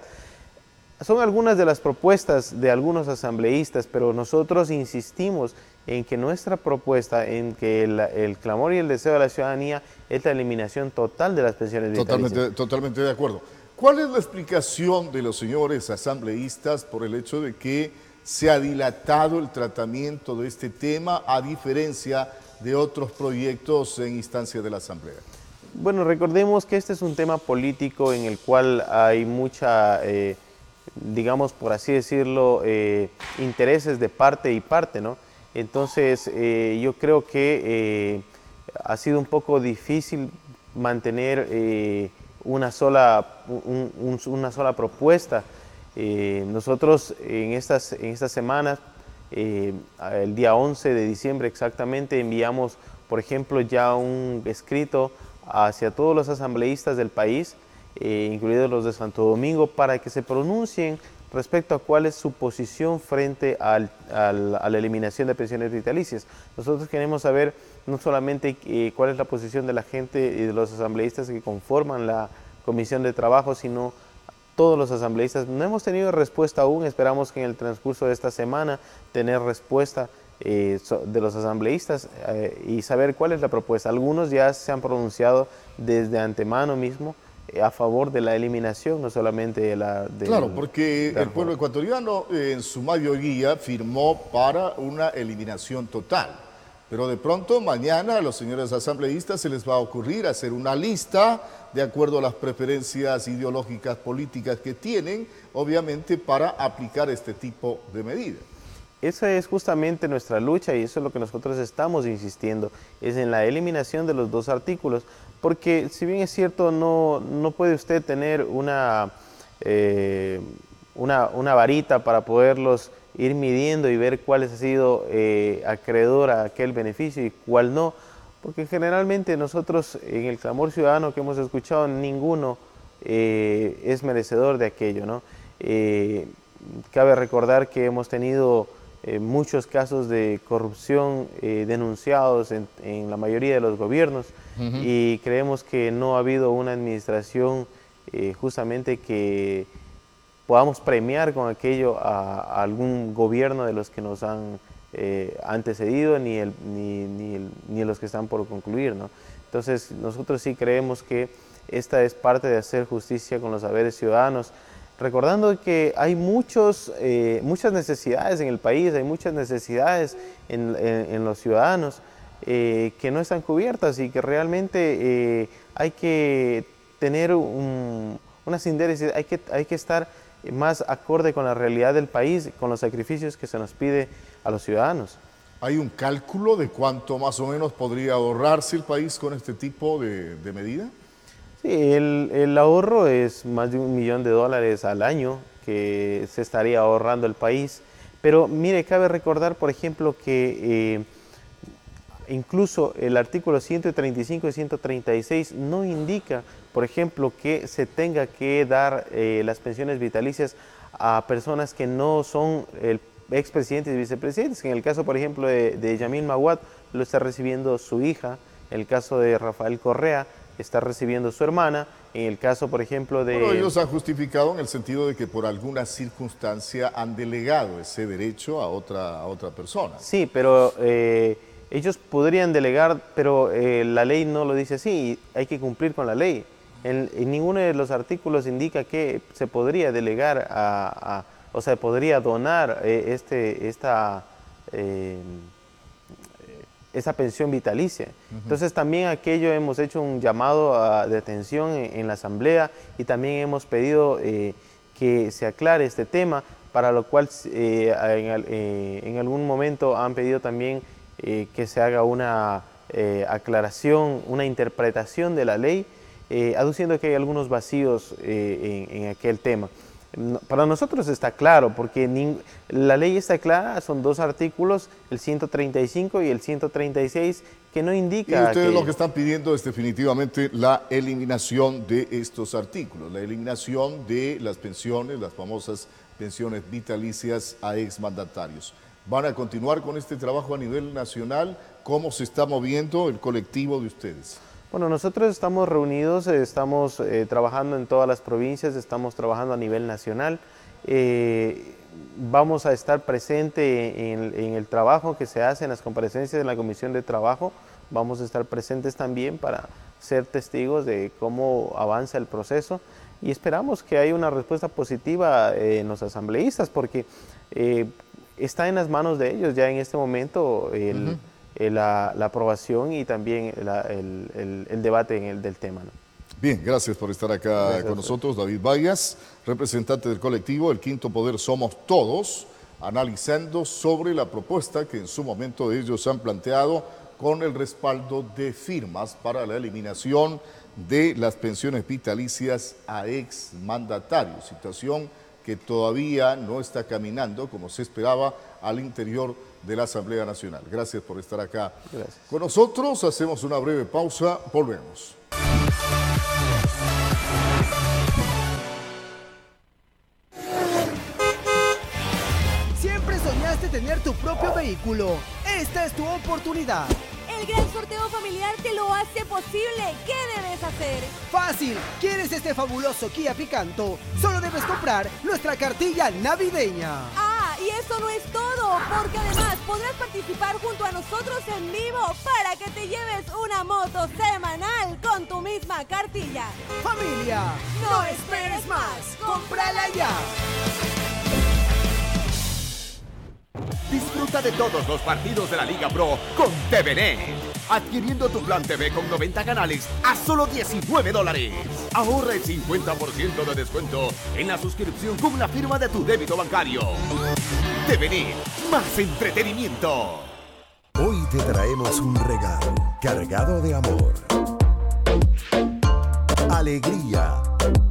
Son algunas de las propuestas de algunos asambleístas, pero nosotros insistimos en que nuestra propuesta, en que el, el clamor y el deseo de la ciudadanía es la eliminación total de las pensiones vitalicias. Totalmente, totalmente de acuerdo. ¿Cuál es la explicación de los señores asambleístas por el hecho de que se ha dilatado el tratamiento de este tema a diferencia de otros proyectos en instancia de la Asamblea? Bueno, recordemos que este es un tema político en el cual hay mucha... Eh, digamos, por así decirlo, eh, intereses de parte y parte, ¿no? Entonces, eh, yo creo que eh, ha sido un poco difícil mantener eh, una, sola, un, un, una sola propuesta. Eh, nosotros en estas, en estas semanas, eh, el día once de diciembre exactamente, enviamos, por ejemplo, ya un escrito hacia todos los asambleístas del país, Eh, incluidos los de Santo Domingo, para que se pronuncien respecto a cuál es su posición frente al, al, a la eliminación de pensiones vitalicias. Nosotros queremos saber no solamente eh, cuál es la posición de la gente y de los asambleístas que conforman la Comisión de Trabajo, sino todos los asambleístas. No hemos tenido respuesta aún, esperamos que en el transcurso de esta semana tener respuesta eh, de los asambleístas eh, y saber cuál es la propuesta. Algunos ya se han pronunciado desde antemano mismo a favor de la eliminación, no solamente de la... De claro, porque el pueblo ecuatoriano eh, en su mayoría firmó para una eliminación total, pero de pronto mañana a los señores asambleístas se les va a ocurrir hacer una lista de acuerdo a las preferencias ideológicas políticas que tienen, obviamente para aplicar este tipo de medidas. Esa es justamente nuestra lucha y eso es lo que nosotros estamos insistiendo, es en la eliminación de los dos artículos, porque si bien es cierto, no, no puede usted tener una, eh, una, una varita para poderlos ir midiendo y ver cuál ha sido eh, acreedor a aquel beneficio y cuál no, porque generalmente nosotros en el clamor ciudadano que hemos escuchado, ninguno eh, es merecedor de aquello, ¿no? Eh, cabe recordar que hemos tenido Eh, muchos casos de corrupción eh, denunciados en, en la mayoría de los gobiernos uh-huh. y creemos que no ha habido una administración eh, justamente que podamos premiar con aquello a, a algún gobierno de los que nos han eh, antecedido ni, el, ni, ni, el, ni los que están por concluir, ¿no? Entonces nosotros sí creemos que esta es parte de hacer justicia con los saberes ciudadanos, recordando que hay muchos, eh, muchas necesidades en el país, hay muchas necesidades en, en, en los ciudadanos eh, que no están cubiertas y que realmente eh, hay que tener un, una síntesis, hay que, hay que estar más acorde con la realidad del país, con los sacrificios que se nos pide a los ciudadanos. ¿Hay un cálculo de cuánto más o menos podría ahorrarse el país con este tipo de, de medida? Sí, el, el ahorro es más de un millón de dólares al año que se estaría ahorrando el país. Pero mire, cabe recordar, por ejemplo, que eh, incluso el artículo ciento treinta y cinco y ciento treinta y seis no indica, por ejemplo, que se tenga que dar eh, las pensiones vitalicias a personas que no son el expresidentes y vicepresidentes. En el caso, por ejemplo, de, de Yamil Maguad, lo está recibiendo su hija. En el caso de Rafael Correa, está recibiendo su hermana. En el caso, por ejemplo, de... Pero ellos han justificado en el sentido de que por alguna circunstancia han delegado ese derecho a otra, a otra persona. Sí, pero eh, ellos podrían delegar, pero eh, la ley no lo dice así, y hay que cumplir con la ley. En, en ninguno de los artículos indica que se podría delegar, a, a, o sea, podría donar eh, este, esta... Eh, esa pensión vitalicia. Uh-huh. Entonces también aquello hemos hecho un llamado a, de atención en, en la Asamblea y también hemos pedido eh, que se aclare este tema, para lo cual eh, en, eh, en algún momento han pedido también eh, que se haga una eh, aclaración, una interpretación de la ley, eh, aduciendo que hay algunos vacíos eh, en, en aquel tema. Para nosotros está claro, porque la ley está clara, son dos artículos, el ciento treinta y cinco y el ciento treinta y seis, que no indica... Y ustedes que... lo que están pidiendo es definitivamente la eliminación de estos artículos, la eliminación de las pensiones, las famosas pensiones vitalicias a exmandatarios. ¿Van a continuar con este trabajo a nivel nacional? ¿Cómo se está moviendo el colectivo de ustedes? Bueno, nosotros estamos reunidos, estamos eh, trabajando en todas las provincias, estamos trabajando a nivel nacional. Eh, vamos a estar presentes en, en el trabajo que se hace en las comparecencias de la Comisión de Trabajo. Vamos a estar presentes también para ser testigos de cómo avanza el proceso y esperamos que haya una respuesta positiva eh, en los asambleístas, porque eh, está en las manos de ellos ya en este momento el... Uh-huh. La, la aprobación y también la, el, el, el debate en el, del tema, ¿no? Bien, gracias por estar acá gracias con nosotros, David Vallas, representante del colectivo El Quinto Poder Somos Todos, analizando sobre la propuesta que en su momento ellos han planteado con el respaldo de firmas para la eliminación de las pensiones vitalicias a exmandatarios, situación que todavía no está caminando como se esperaba al interior de la Asamblea Nacional. Gracias por estar acá Gracias. Con nosotros. Hacemos una breve pausa, volvemos. Siempre soñaste tener tu propio vehículo. Esta es tu oportunidad. El gran sorteo familiar te lo hace posible. ¿Qué debes hacer? Fácil. ¿Quieres este fabuloso Kia Picanto? Solo debes comprar nuestra cartilla navideña. Ah, y eso no es todo, porque además podrás participar junto a nosotros en vivo para que te lleves una moto semanal con tu misma cartilla. ¡Familia! ¡No esperes más! ¡Cómprala ya! Disfruta de todos los partidos de la Liga Pro con T V Net. Adquiriendo tu plan T V con noventa canales a solo diecinueve dólares. Ahorra el cincuenta por ciento de descuento en la suscripción con la firma de tu débito bancario. T V Net, más entretenimiento. Hoy te traemos un regalo cargado de amor, alegría,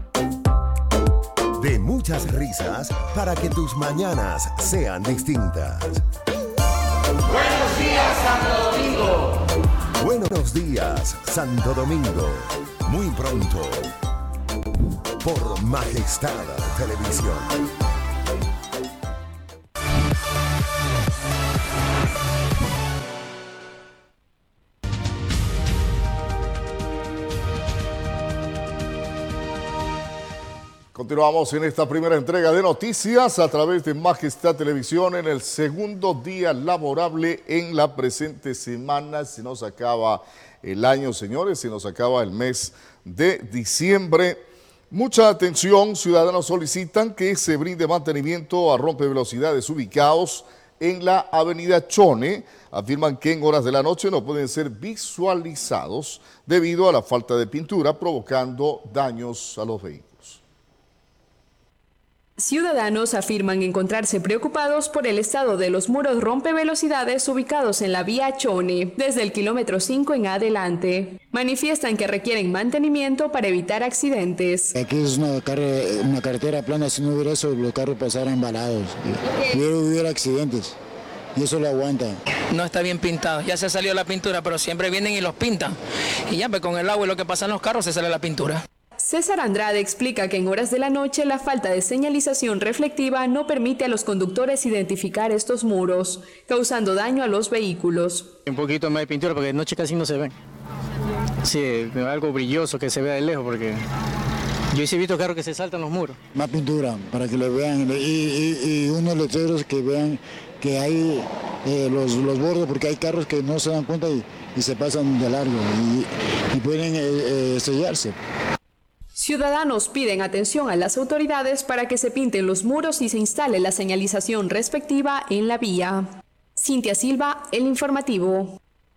de muchas risas para que tus mañanas sean distintas. Buenos días, Santo Domingo. Buenos días, Santo Domingo. Muy pronto, por Majestad Televisión. Continuamos en esta primera entrega de noticias a través de Majestad Televisión en el segundo día laborable en la presente semana. Se nos acaba el año, señores, se nos acaba el mes de diciembre. Mucha atención, ciudadanos solicitan que se brinde mantenimiento a rompevelocidades ubicados en la avenida Chone. Afirman que en horas de la noche no pueden ser visualizados debido a la falta de pintura, provocando daños a los vehículos. Ciudadanos afirman encontrarse preocupados por el estado de los muros rompevelocidades ubicados en la vía Chone, desde el kilómetro cinco en adelante. Manifiestan que requieren mantenimiento para evitar accidentes. Aquí es una, car- una carretera plana, si no hubiera eso, los carros pasaran embalados. Y hubiera, hubiera accidentes. Y eso lo aguanta. No está bien pintado, ya se salió la pintura, pero siempre vienen y los pintan. Y ya, pues con el agua y lo que pasa en los carros se sale la pintura. César Andrade explica que en horas de la noche la falta de señalización reflectiva no permite a los conductores identificar estos muros, causando daño a los vehículos. Un poquito más de pintura porque de noche casi no se ven. Sí, algo brilloso que se vea de lejos porque yo sí he visto carros que se saltan los muros. Más pintura para que lo vean y, y, y unos letreros que vean que hay eh, los, los bordes porque hay carros que no se dan cuenta y, y se pasan de largo y, y pueden eh, eh, estrellarse. Ciudadanos piden atención a las autoridades para que se pinten los muros y se instale la señalización respectiva en la vía. Cintia Silva, El Informativo.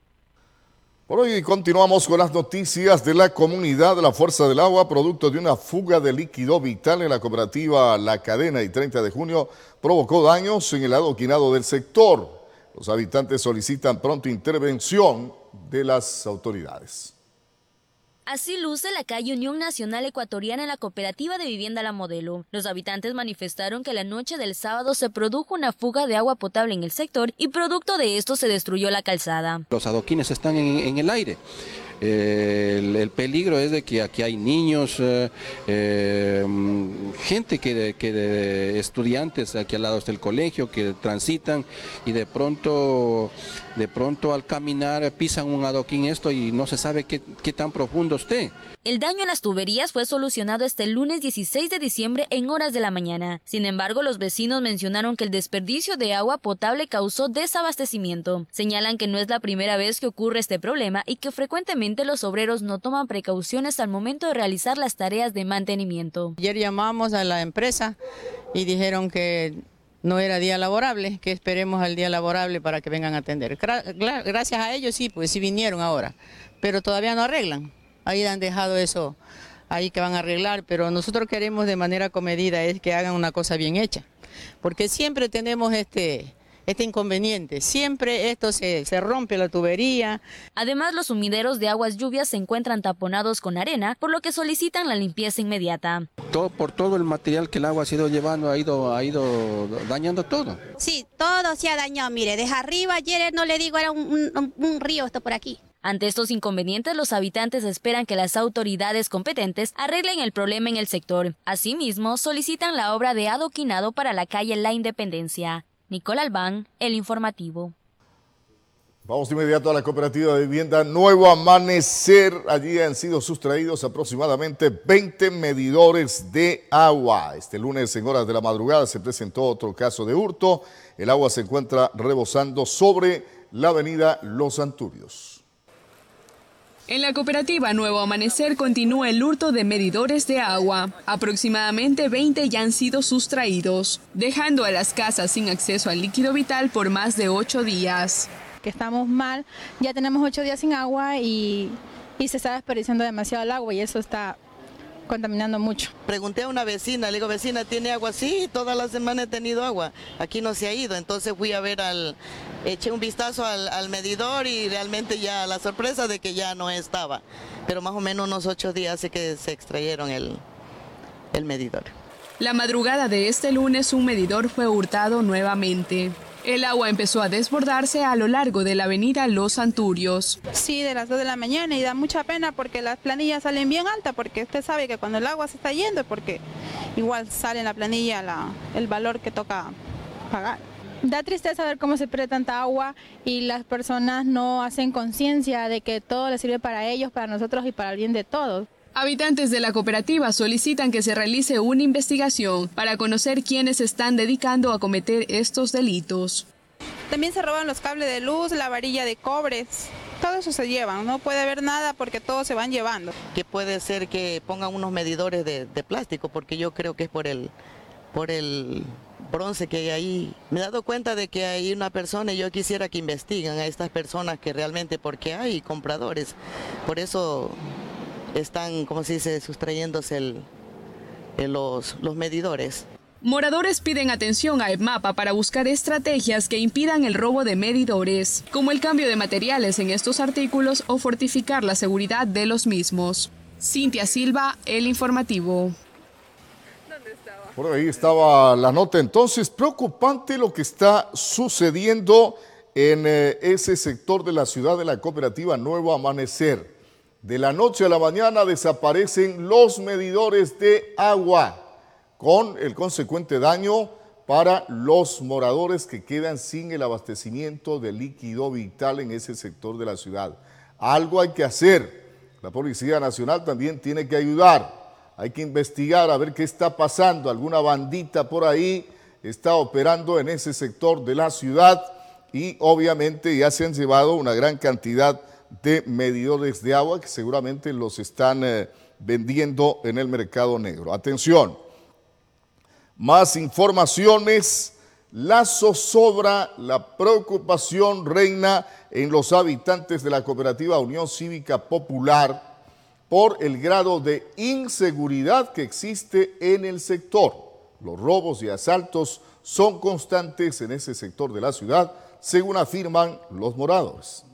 Por hoy continuamos con las noticias de la comunidad de la Fuerza del Agua, producto de una fuga de líquido vital en la cooperativa La Cadena y treinta de junio provocó daños en el adoquinado del sector. Los habitantes solicitan pronta intervención de las autoridades. Así luce la calle Unión Nacional Ecuatoriana en la cooperativa de vivienda La Modelo. Los habitantes manifestaron que la noche del sábado se produjo una fuga de agua potable en el sector y producto de esto se destruyó la calzada. Los adoquines están en, en el aire. Eh, el, el peligro es de que aquí hay niños, eh, eh, gente que, de, que de estudiantes aquí al lado está el colegio que transitan y de pronto, de pronto al caminar pisan un adoquín esto y no se sabe qué, qué tan profundo esté. El daño en las tuberías fue solucionado este lunes dieciséis de diciembre en horas de la mañana. Sin embargo, los vecinos mencionaron que el desperdicio de agua potable causó desabastecimiento. Señalan que no es la primera vez que ocurre este problema y que frecuentemente los obreros no toman precauciones al momento de realizar las tareas de mantenimiento. Ayer llamamos a la empresa y dijeron que no era día laborable, que esperemos al día laborable para que vengan a atender. Gracias a ellos sí, pues sí vinieron ahora, pero todavía no arreglan. Ahí han dejado eso, ahí que van a arreglar, pero nosotros queremos de manera comedida es que hagan una cosa bien hecha, porque siempre tenemos este, este inconveniente, siempre esto se, se rompe la tubería. Además, los sumideros de aguas lluvias se encuentran taponados con arena, por lo que solicitan la limpieza inmediata. Todo, por todo el material que el agua ha ido llevando, ha ido, ha ido dañando todo. Sí, todo se ha dañado, mire, desde arriba ayer no le digo, era un, un, un río esto por aquí. Ante estos inconvenientes, los habitantes esperan que las autoridades competentes arreglen el problema en el sector. Asimismo, solicitan la obra de adoquinado para la calle La Independencia. Nicole Albán, El Informativo. Vamos de inmediato a la cooperativa de vivienda Nuevo Amanecer. Allí han sido sustraídos aproximadamente veinte medidores de agua. Este lunes en horas de la madrugada se presentó otro caso de hurto. El agua se encuentra rebosando sobre la avenida Los Anturios. En la cooperativa Nuevo Amanecer continúa el hurto de medidores de agua. Aproximadamente veinte ya han sido sustraídos, dejando a las casas sin acceso al líquido vital por más de ocho días. Que estamos mal, ya tenemos ocho días sin agua y, y se está desperdiciando demasiado el agua y eso está contaminando mucho. Pregunté a una vecina, le digo, vecina, ¿tiene agua? Sí, toda la semana he tenido agua, aquí no se ha ido, entonces fui a ver al, eché un vistazo al, al medidor y realmente ya la sorpresa de que ya no estaba, pero más o menos unos ocho días hace que se extrayeron el, el medidor. La madrugada de este lunes un medidor fue hurtado nuevamente. El agua empezó a desbordarse a lo largo de la avenida Los Anturios. Sí, de las dos de la mañana y da mucha pena porque las planillas salen bien altas, porque usted sabe que cuando el agua se está yendo, porque igual sale en la planilla la, el valor que toca pagar. Da tristeza ver cómo se pierde tanta agua y las personas no hacen conciencia de que todo les sirve para ellos, para nosotros y para el bien de todos. Habitantes de la cooperativa solicitan que se realice una investigación para conocer quiénes se están dedicando a cometer estos delitos. También se roban los cables de luz, la varilla de cobres, todo eso se llevan, no puede haber nada porque todos se van llevando. Que puede ser que pongan unos medidores de, de plástico porque yo creo que es por el, por el bronce que hay ahí. Me he dado cuenta de que hay una persona y yo quisiera que investiguen a estas personas que realmente, porque hay compradores, por eso están, como se dice, sustrayéndose el, el, los, los medidores. Moradores piden atención a EPMAPA para buscar estrategias que impidan el robo de medidores, como el cambio de materiales en estos artículos o fortificar la seguridad de los mismos. Cintia Silva, El Informativo. Por ahí estaba la nota. Entonces, preocupante lo que está sucediendo en eh, ese sector de la ciudad de la cooperativa Nuevo Amanecer. De la noche a la mañana desaparecen los medidores de agua, con el consecuente daño para los moradores que quedan sin el abastecimiento de líquido vital en ese sector de la ciudad. Algo hay que hacer. La Policía Nacional también tiene que ayudar. Hay que investigar a ver qué está pasando. Alguna bandita por ahí está operando en ese sector de la ciudad y obviamente ya se han llevado una gran cantidad de medidores de agua que seguramente los están eh, vendiendo en el mercado negro. Atención, más informaciones. La zozobra, la preocupación reina en los habitantes de la cooperativa Unión Cívica Popular por el grado de inseguridad que existe en el sector. Los robos y asaltos son constantes en ese sector de la ciudad, según afirman los moradores.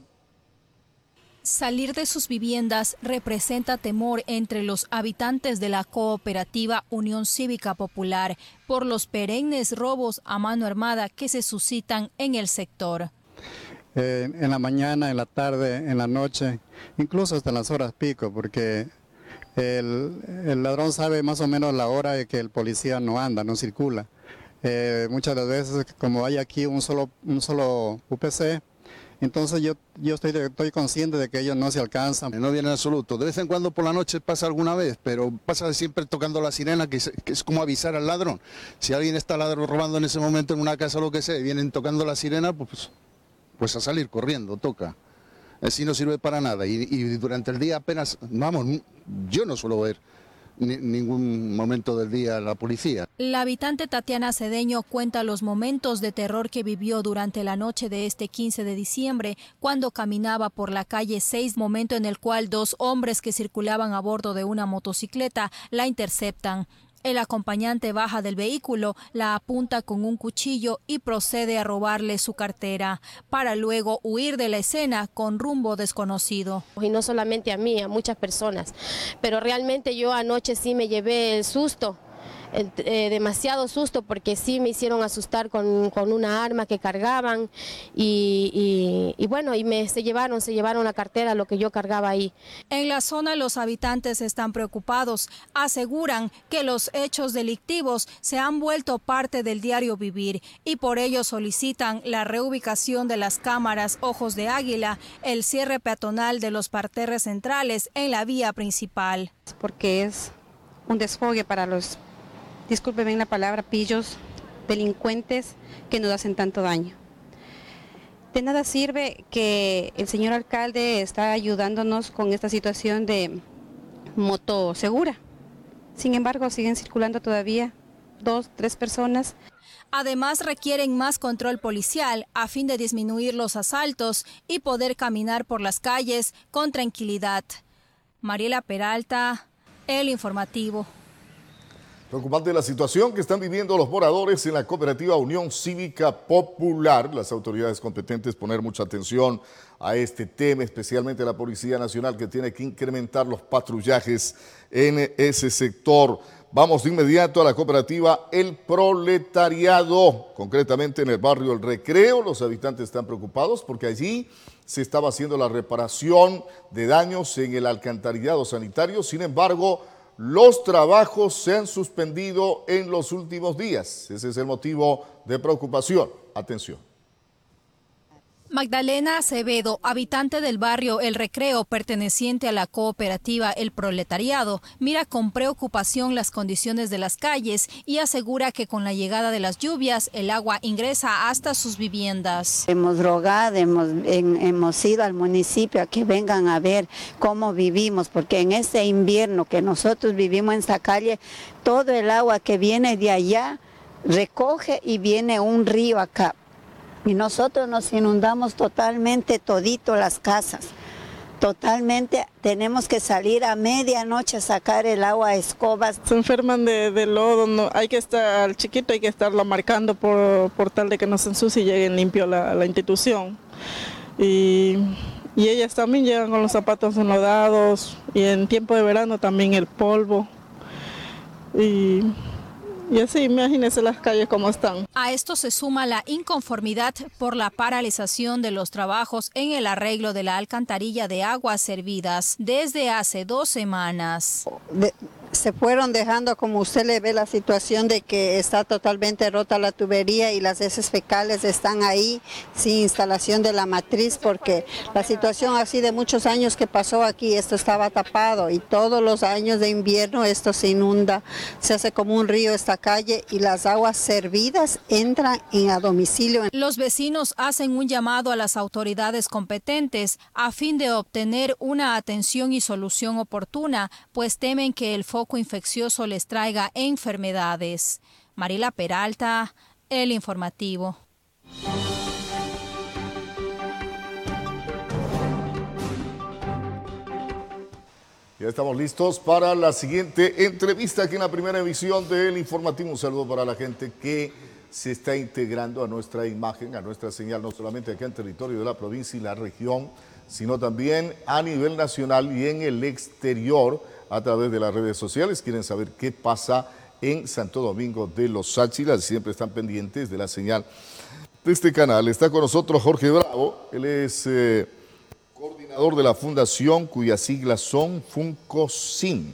Salir de sus viviendas representa temor entre los habitantes de la cooperativa Unión Cívica Popular por los perennes robos a mano armada que se suscitan en el sector. Eh, en la mañana, en la tarde, en la noche, incluso hasta en las horas pico, porque el, el ladrón sabe más o menos la hora de que el policía no anda, no circula. Eh, muchas de las veces, como hay aquí un solo, un solo U P C, entonces yo, yo estoy, estoy consciente de que ellos no se alcanzan. No viene en absoluto. De vez en cuando por la noche pasa alguna vez, pero pasa siempre tocando la sirena, que es, que es como avisar al ladrón. Si alguien está ladrón robando en ese momento en una casa o lo que sea, y vienen tocando la sirena, pues, pues a salir corriendo, toca. Así no sirve para nada. Y, y durante el día apenas, vamos, yo no suelo ver ni, ningún momento del día la policía. La habitante Tatiana Cedeño cuenta los momentos de terror que vivió durante la noche de este quince de diciembre, cuando caminaba por la calle seis, momento en el cual dos hombres que circulaban a bordo de una motocicleta la interceptan. El acompañante baja del vehículo, la apunta con un cuchillo y procede a robarle su cartera, para luego huir de la escena con rumbo desconocido. Y no solamente a mí, a muchas personas, pero realmente yo anoche sí me llevé el susto. Eh, demasiado susto, porque sí me hicieron asustar con, con una arma que cargaban y, y, y bueno, y me se llevaron, se llevaron la cartera, lo que yo cargaba ahí. En la zona los habitantes están preocupados, aseguran que los hechos delictivos se han vuelto parte del diario vivir y por ello solicitan la reubicación de las cámaras Ojos de Águila, el cierre peatonal de los parterres centrales en la vía principal. Porque es un desfogue para los, discúlpenme la palabra, pillos, delincuentes que nos hacen tanto daño. De nada sirve que el señor alcalde está ayudándonos con esta situación de moto segura. Sin embargo, siguen circulando todavía dos, tres personas. Además, requieren más control policial a fin de disminuir los asaltos y poder caminar por las calles con tranquilidad. Mariela Peralta, El Informativo. Preocupante la situación que están viviendo los moradores en la cooperativa Unión Cívica Popular. Las autoridades competentes poner mucha atención a este tema, especialmente la Policía Nacional, que tiene que incrementar los patrullajes en ese sector. Vamos de inmediato a la cooperativa El Proletariado, concretamente en el barrio El Recreo. Los habitantes están preocupados porque allí se estaba haciendo la reparación de daños en el alcantarillado sanitario. Sin embargo, los trabajos se han suspendido en los últimos días. Ese es el motivo de preocupación. Atención. Magdalena Acevedo, habitante del barrio El Recreo, perteneciente a la cooperativa El Proletariado, mira con preocupación las condiciones de las calles y asegura que con la llegada de las lluvias el agua ingresa hasta sus viviendas. Hemos rogado, hemos, en, hemos ido al municipio a que vengan a ver cómo vivimos, porque en este invierno que nosotros vivimos en esta calle, todo el agua que viene de allá recoge y viene un río acá. Y nosotros nos inundamos totalmente todito las casas, totalmente tenemos que salir a medianoche a sacar el agua a escobas. Se enferman de, de lodo, no, hay que estar, al chiquito hay que estarlo marcando por, por tal de que no se ensucie y lleguen limpio a la, la institución. Y, y ellas también llegan con los zapatos enlodados y en tiempo de verano también el polvo. Y Y así, imagínense las calles como están. A esto se suma la inconformidad por la paralización de los trabajos en el arreglo de la alcantarilla de aguas servidas desde hace dos semanas. De se fueron dejando, como usted le ve, la situación de que está totalmente rota la tubería y las heces fecales están ahí sin instalación de la matriz, porque la situación así de muchos años que pasó aquí, esto estaba tapado y todos los años de invierno esto se inunda, se hace como un río esta calle y las aguas servidas entran en a domicilio. Los vecinos hacen un llamado a las autoridades competentes a fin de obtener una atención y solución oportuna, pues temen que el foco infeccioso les traiga enfermedades. Marila Peralta, El Informativo. Ya estamos listos para la siguiente entrevista aquí en la primera emisión del Informativo. Un saludo para la gente que se está integrando a nuestra imagen, a nuestra señal, no solamente aquí en territorio de la provincia y la región, sino también a nivel nacional y en el exterior a través de las redes sociales. Quieren saber qué pasa en Santo Domingo de los Sáchilas, siempre están pendientes de la señal de este canal. Está con nosotros Jorge Bravo, él es eh, coordinador de la fundación cuyas siglas son FUNCOSIN.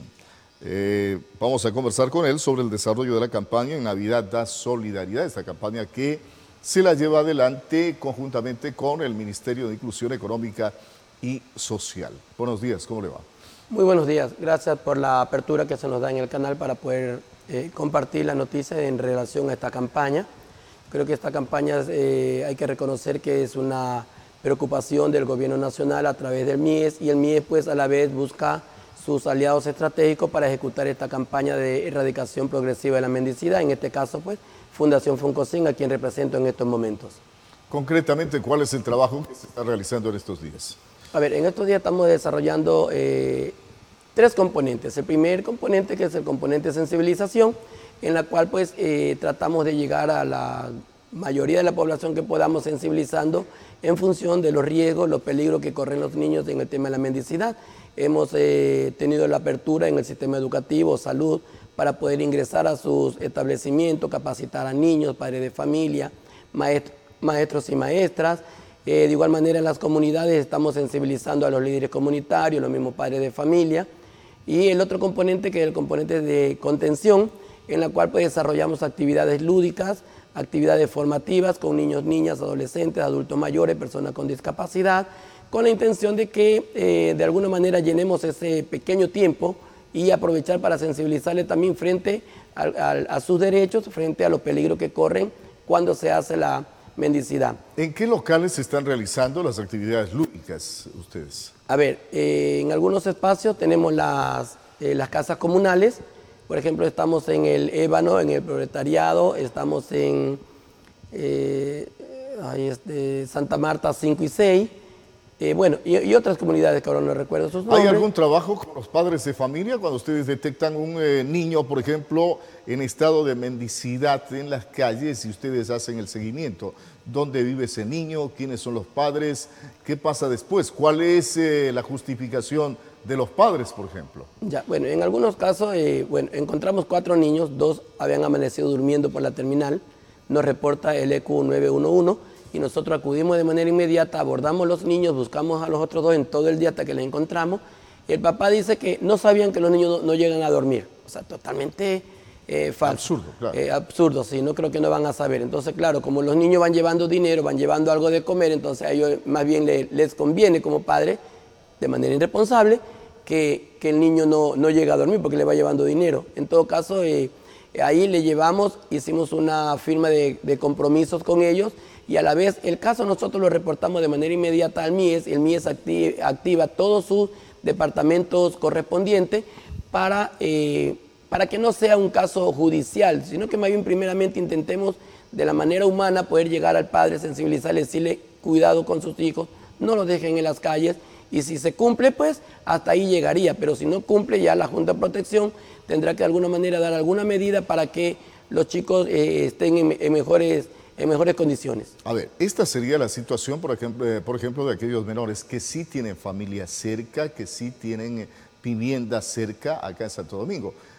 Eh, vamos a conversar con él sobre el desarrollo de la campaña En Navidad da Solidaridad, esta campaña que se la lleva adelante conjuntamente con el Ministerio de Inclusión Económica y Social. Buenos días, ¿cómo le va? Muy buenos días, gracias por la apertura que se nos da en el canal para poder eh, compartir las noticias en relación a esta campaña. Creo que esta campaña eh, hay que reconocer que es una preocupación del gobierno nacional a través del M I E S, y el M I E S pues a la vez busca sus aliados estratégicos para ejecutar esta campaña de erradicación progresiva de la mendicidad, en este caso pues Fundación FUNCOSIN, a quien represento en estos momentos. Concretamente, ¿cuál es el trabajo que se está realizando en estos días? A ver, en estos días estamos desarrollando eh, tres componentes. El primer componente, que es el componente de sensibilización, en la cual pues eh, tratamos de llegar a la mayoría de la población que podamos, sensibilizando en función de los riesgos, los peligros que corren los niños en el tema de la mendicidad. Hemos eh, tenido la apertura en el sistema educativo, salud, para poder ingresar a sus establecimientos, capacitar a niños, padres de familia, maestros, maestros y maestras. Eh, de igual manera en las comunidades estamos sensibilizando a los líderes comunitarios, los mismos padres de familia. Y el otro componente, que es el componente de contención, en la cual pues desarrollamos actividades lúdicas, actividades formativas con niños, niñas, adolescentes, adultos mayores, personas con discapacidad, con la intención de que eh, de alguna manera llenemos ese pequeño tiempo y aprovechar para sensibilizarle también frente a, a, a sus derechos, frente a los peligros que corren cuando se hace la mendicidad. ¿En qué locales se están realizando las actividades lúdicas ustedes? A ver, eh, en algunos espacios tenemos las, eh, las casas comunales. Por ejemplo, estamos en el Ébano, en el Proletariado, estamos en eh, ahí es de Santa Marta cinco y seis, eh, bueno, y, y otras comunidades que ahora no recuerdo sus nombres. ¿Hay algún trabajo con los padres de familia cuando ustedes detectan un eh, niño, por ejemplo, en estado de mendicidad en las calles y ustedes hacen el seguimiento? ¿Dónde vive ese niño? ¿Quiénes son los padres? ¿Qué pasa después? ¿Cuál es eh, la justificación de los padres, por ejemplo? Ya, bueno, en algunos casos, eh, bueno, encontramos cuatro niños, dos habían amanecido durmiendo por la terminal, nos reporta el E Q nueve uno uno y nosotros acudimos de manera inmediata, abordamos los niños, buscamos a los otros dos en todo el día hasta que los encontramos. Y el papá dice que no sabían que los niños no, no llegan a dormir, o sea, totalmente eh, falso. Absurdo, claro. Eh, absurdo, sí, no creo que no van a saber. Entonces, claro, como los niños van llevando dinero, van llevando algo de comer, entonces a ellos más bien les, les conviene como padre, de manera irresponsable, que, que el niño no, no llegue a dormir porque le va llevando dinero. En todo caso, eh, ahí le llevamos, hicimos una firma de, de compromisos con ellos y a la vez el caso nosotros lo reportamos de manera inmediata al M I E S. El M I E S activa, activa todos sus departamentos correspondientes para, eh, para que no sea un caso judicial, sino que más bien primeramente intentemos de la manera humana poder llegar al padre, sensibilizarle, decirle cuidado con sus hijos, no los dejen en las calles. Y si se cumple, pues hasta ahí llegaría, pero si no cumple, ya la Junta de Protección tendrá que de alguna manera dar alguna medida para que los chicos eh, estén en, en, mejores, en mejores condiciones. A ver, esta sería la situación, por ejemplo, eh, por ejemplo, de aquellos menores que sí tienen familia cerca, que sí tienen vivienda cerca acá en Santo Domingo.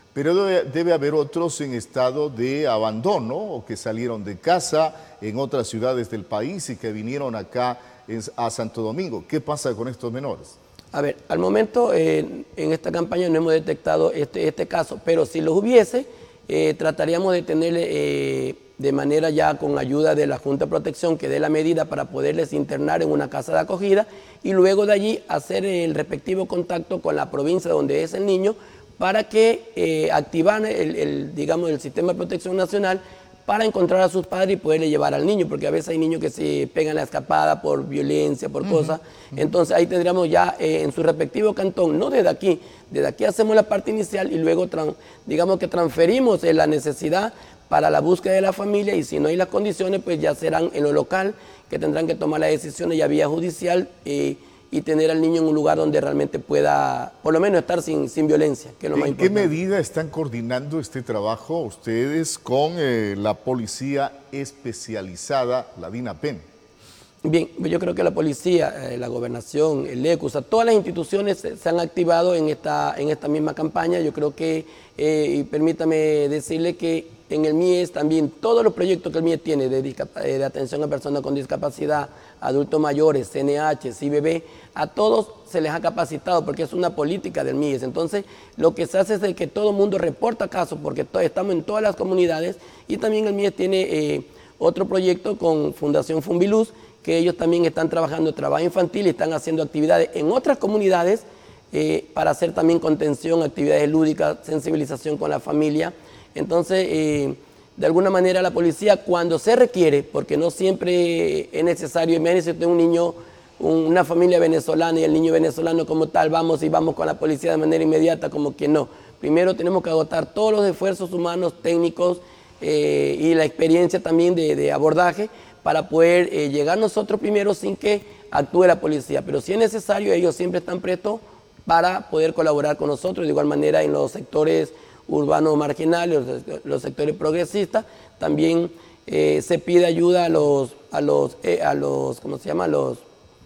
Pero debe, debe haber otros en estado de abandono o que salieron de casa en otras ciudades del país y que vinieron acá en, a Santo Domingo. ¿Qué pasa con estos menores? A ver, al momento eh, en esta campaña no hemos detectado este, este caso, pero si los hubiese, eh, trataríamos de tenerle eh, de manera ya con ayuda de la Junta de Protección que dé la medida para poderles internar en una casa de acogida y luego de allí hacer el respectivo contacto con la provincia donde es el niño para que eh, activan el, el, digamos, el sistema de protección nacional para encontrar a sus padres y poderle llevar al niño, porque a veces hay niños que se pegan la escapada por violencia, por uh-huh. cosas. Entonces ahí tendríamos ya eh, en su respectivo cantón, no desde aquí, desde aquí hacemos la parte inicial y luego digamos que transferimos eh, la necesidad para la búsqueda de la familia y si no hay las condiciones, pues ya serán en lo local que tendrán que tomar las decisiones ya vía judicial eh, y tener al niño en un lugar donde realmente pueda, por lo menos, estar sin, sin violencia, que es lo más importante. ¿En qué medida están coordinando este trabajo ustedes con eh, la policía especializada, la DINAPEN? Bien, yo creo que la policía, eh, la gobernación, el E C U, o sea, todas las instituciones se, se han activado en esta, en esta misma campaña. Yo creo que, eh, y permítame decirle que en el M I E S también todos los proyectos que el M I E S tiene de, de atención a personas con discapacidad, adultos mayores, C N H, C I B B, a todos se les ha capacitado porque es una política del M I E S. Entonces, lo que se hace es de que todo el mundo reporta casos porque to- estamos en todas las comunidades y también el M I E S tiene eh, otro proyecto con Fundación Fumbiluz, que ellos también están trabajando trabajo infantil y están haciendo actividades en otras comunidades eh, para hacer también contención, actividades lúdicas, sensibilización con la familia. Entonces, eh, de alguna manera la policía cuando se requiere, porque no siempre es necesario, imagínense usted un niño, un, una familia venezolana y el niño venezolano como tal, vamos y vamos con la policía de manera inmediata, como que no. Primero tenemos que agotar todos los esfuerzos humanos, técnicos eh, y la experiencia también de, de abordaje para poder eh, llegar nosotros primero sin que actúe la policía. Pero si es necesario, ellos siempre están prestos para poder colaborar con nosotros, de igual manera en los sectores urbanos marginales, los, los sectores progresistas, también eh, se pide ayuda a los, a los, eh, a los, ¿cómo se llama? Los,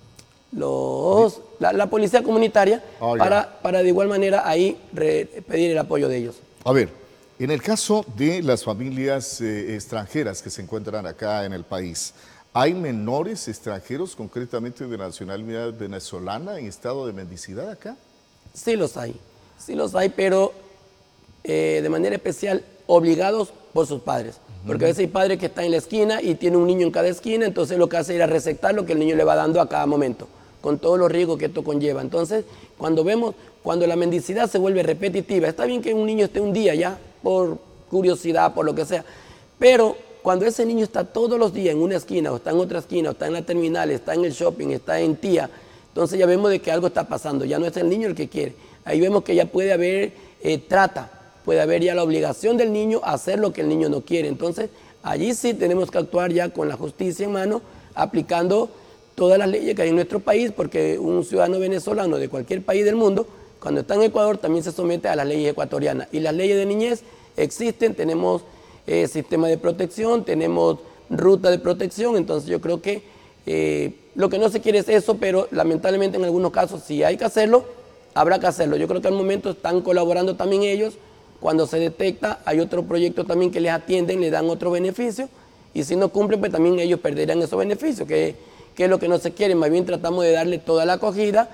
los, la, la policía comunitaria oh, para, para de igual manera ahí re, pedir el apoyo de ellos. A ver, en el caso de las familias eh, extranjeras que se encuentran acá en el país, ¿hay menores extranjeros, concretamente de nacionalidad venezolana, en estado de mendicidad acá? Sí los hay, sí los hay, pero eh, de manera especial obligados por sus padres. Porque a veces hay padres que están en la esquina y tiene un niño en cada esquina, entonces lo que hace es ir a recetar lo que el niño le va dando a cada momento, con todos los riesgos que esto conlleva. Entonces, cuando vemos, cuando la mendicidad se vuelve repetitiva, está bien que un niño esté un día ya, por curiosidad, por lo que sea, pero cuando ese niño está todos los días en una esquina, o está en otra esquina, o está en la terminal, está en el shopping, está en tía, entonces ya vemos de que algo está pasando, ya no es el niño el que quiere. Ahí vemos que ya puede haber eh, trata, puede haber ya la obligación del niño a hacer lo que el niño no quiere. Entonces, allí sí tenemos que actuar ya con la justicia en mano, aplicando todas las leyes que hay en nuestro país, porque un ciudadano venezolano de cualquier país del mundo, cuando está en Ecuador, también se somete a las leyes ecuatorianas. Y las leyes de niñez existen, tenemos eh, sistema de protección, tenemos ruta de protección, entonces yo creo que eh, lo que no se quiere es eso, pero lamentablemente en algunos casos, si hay que hacerlo, habrá que hacerlo. Yo creo que al momento están colaborando también ellos. Cuando se detecta, hay otro proyecto también que les atienden, les dan otro beneficio, y si no cumplen, pues también ellos perderán esos beneficios, que, que es lo que no se quiere. Más bien tratamos de darle toda la acogida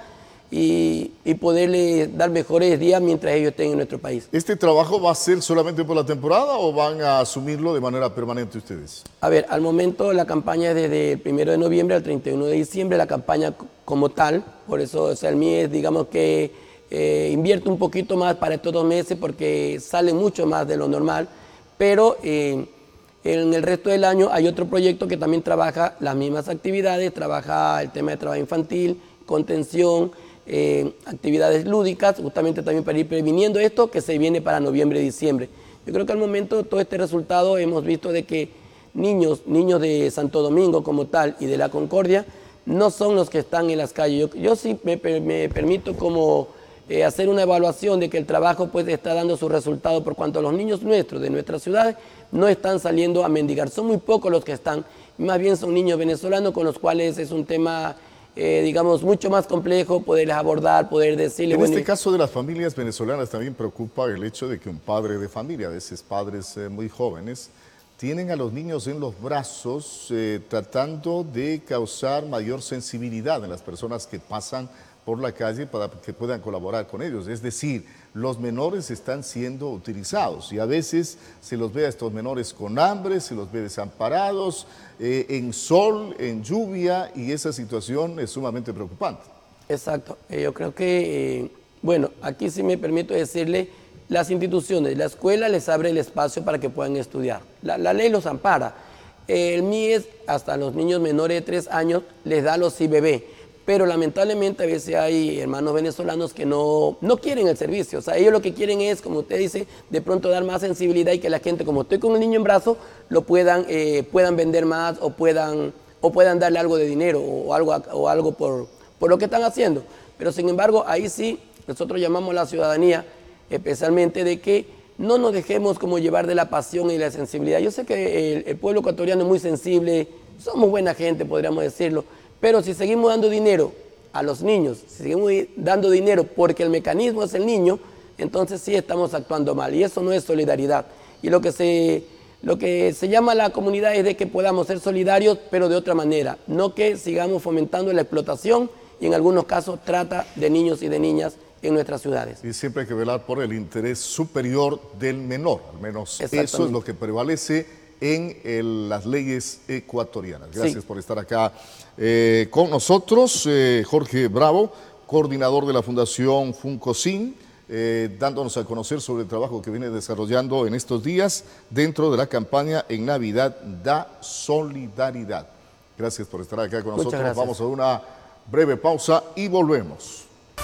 y, y poderle dar mejores días mientras ellos estén en nuestro país. ¿Este trabajo va a ser solamente por la temporada o van a asumirlo de manera permanente ustedes? A ver, al momento la campaña es desde el primero de noviembre al treinta y uno de diciembre, la campaña como tal, por eso o sea, el M I E S, digamos que Eh, invierte un poquito más para estos dos meses porque sale mucho más de lo normal, pero eh, en el resto del año hay otro proyecto que también trabaja las mismas actividades, trabaja el tema de trabajo infantil, contención, eh, actividades lúdicas, justamente también para ir previniendo esto que se viene para noviembre y diciembre. Yo creo que al momento todo este resultado hemos visto de que niños, niños de Santo Domingo como tal y de la Concordia no son los que están en las calles. Yo, yo sí me, me permito como Eh, hacer una evaluación de que el trabajo pues está dando sus resultados por cuanto a los niños nuestros de nuestras ciudades no están saliendo a mendigar. Son muy pocos los que están, más bien son niños venezolanos con los cuales es un tema eh, digamos, mucho más complejo poderles abordar, poder decirles... En bueno, este caso de las familias venezolanas también preocupa el hecho de que un padre de familia, a veces padres eh, muy jóvenes, tienen a los niños en los brazos eh, tratando de causar mayor sensibilidad en las personas que pasan por la calle para que puedan colaborar con ellos. Es decir, los menores están siendo utilizados y a veces se los ve a estos menores con hambre, se los ve desamparados, eh, en sol, en lluvia, y esa situación es sumamente preocupante. Exacto. Eh, yo creo que, eh, bueno, aquí sí me permito decirle, las instituciones, la escuela les abre el espacio para que puedan estudiar. La, la ley los ampara. Eh, el M I E S hasta los niños menores de tres años les da los I B B. Pero lamentablemente a veces hay hermanos venezolanos que no, no quieren el servicio. O sea, ellos lo que quieren es, como usted dice, de pronto dar más sensibilidad y que la gente, como estoy con el niño en brazo, lo puedan, eh, puedan vender más o puedan, o puedan darle algo de dinero o algo, o algo por, por lo que están haciendo. Pero sin embargo, ahí sí, nosotros llamamos a la ciudadanía, especialmente de que no nos dejemos como llevar de la pasión y la sensibilidad. Yo sé que el, el pueblo ecuatoriano es muy sensible, somos buena gente, podríamos decirlo, pero si seguimos dando dinero a los niños, si seguimos dando dinero porque el mecanismo es el niño, entonces sí estamos actuando mal y eso no es solidaridad. Y lo que se, lo que se llama a la comunidad es de que podamos ser solidarios, pero de otra manera, no que sigamos fomentando la explotación y en algunos casos trata de niños y de niñas en nuestras ciudades. Y siempre hay que velar por el interés superior del menor, al menos eso es lo que prevalece en el, las leyes ecuatorianas. Gracias sí. por estar acá eh, con nosotros, eh, Jorge Bravo, coordinador de la Fundación Funcocin, eh, dándonos a conocer sobre el trabajo que viene desarrollando en estos días dentro de la campaña En Navidad da Solidaridad. Gracias por estar acá con Muchas nosotros. gracias. Vamos a una breve pausa y volvemos.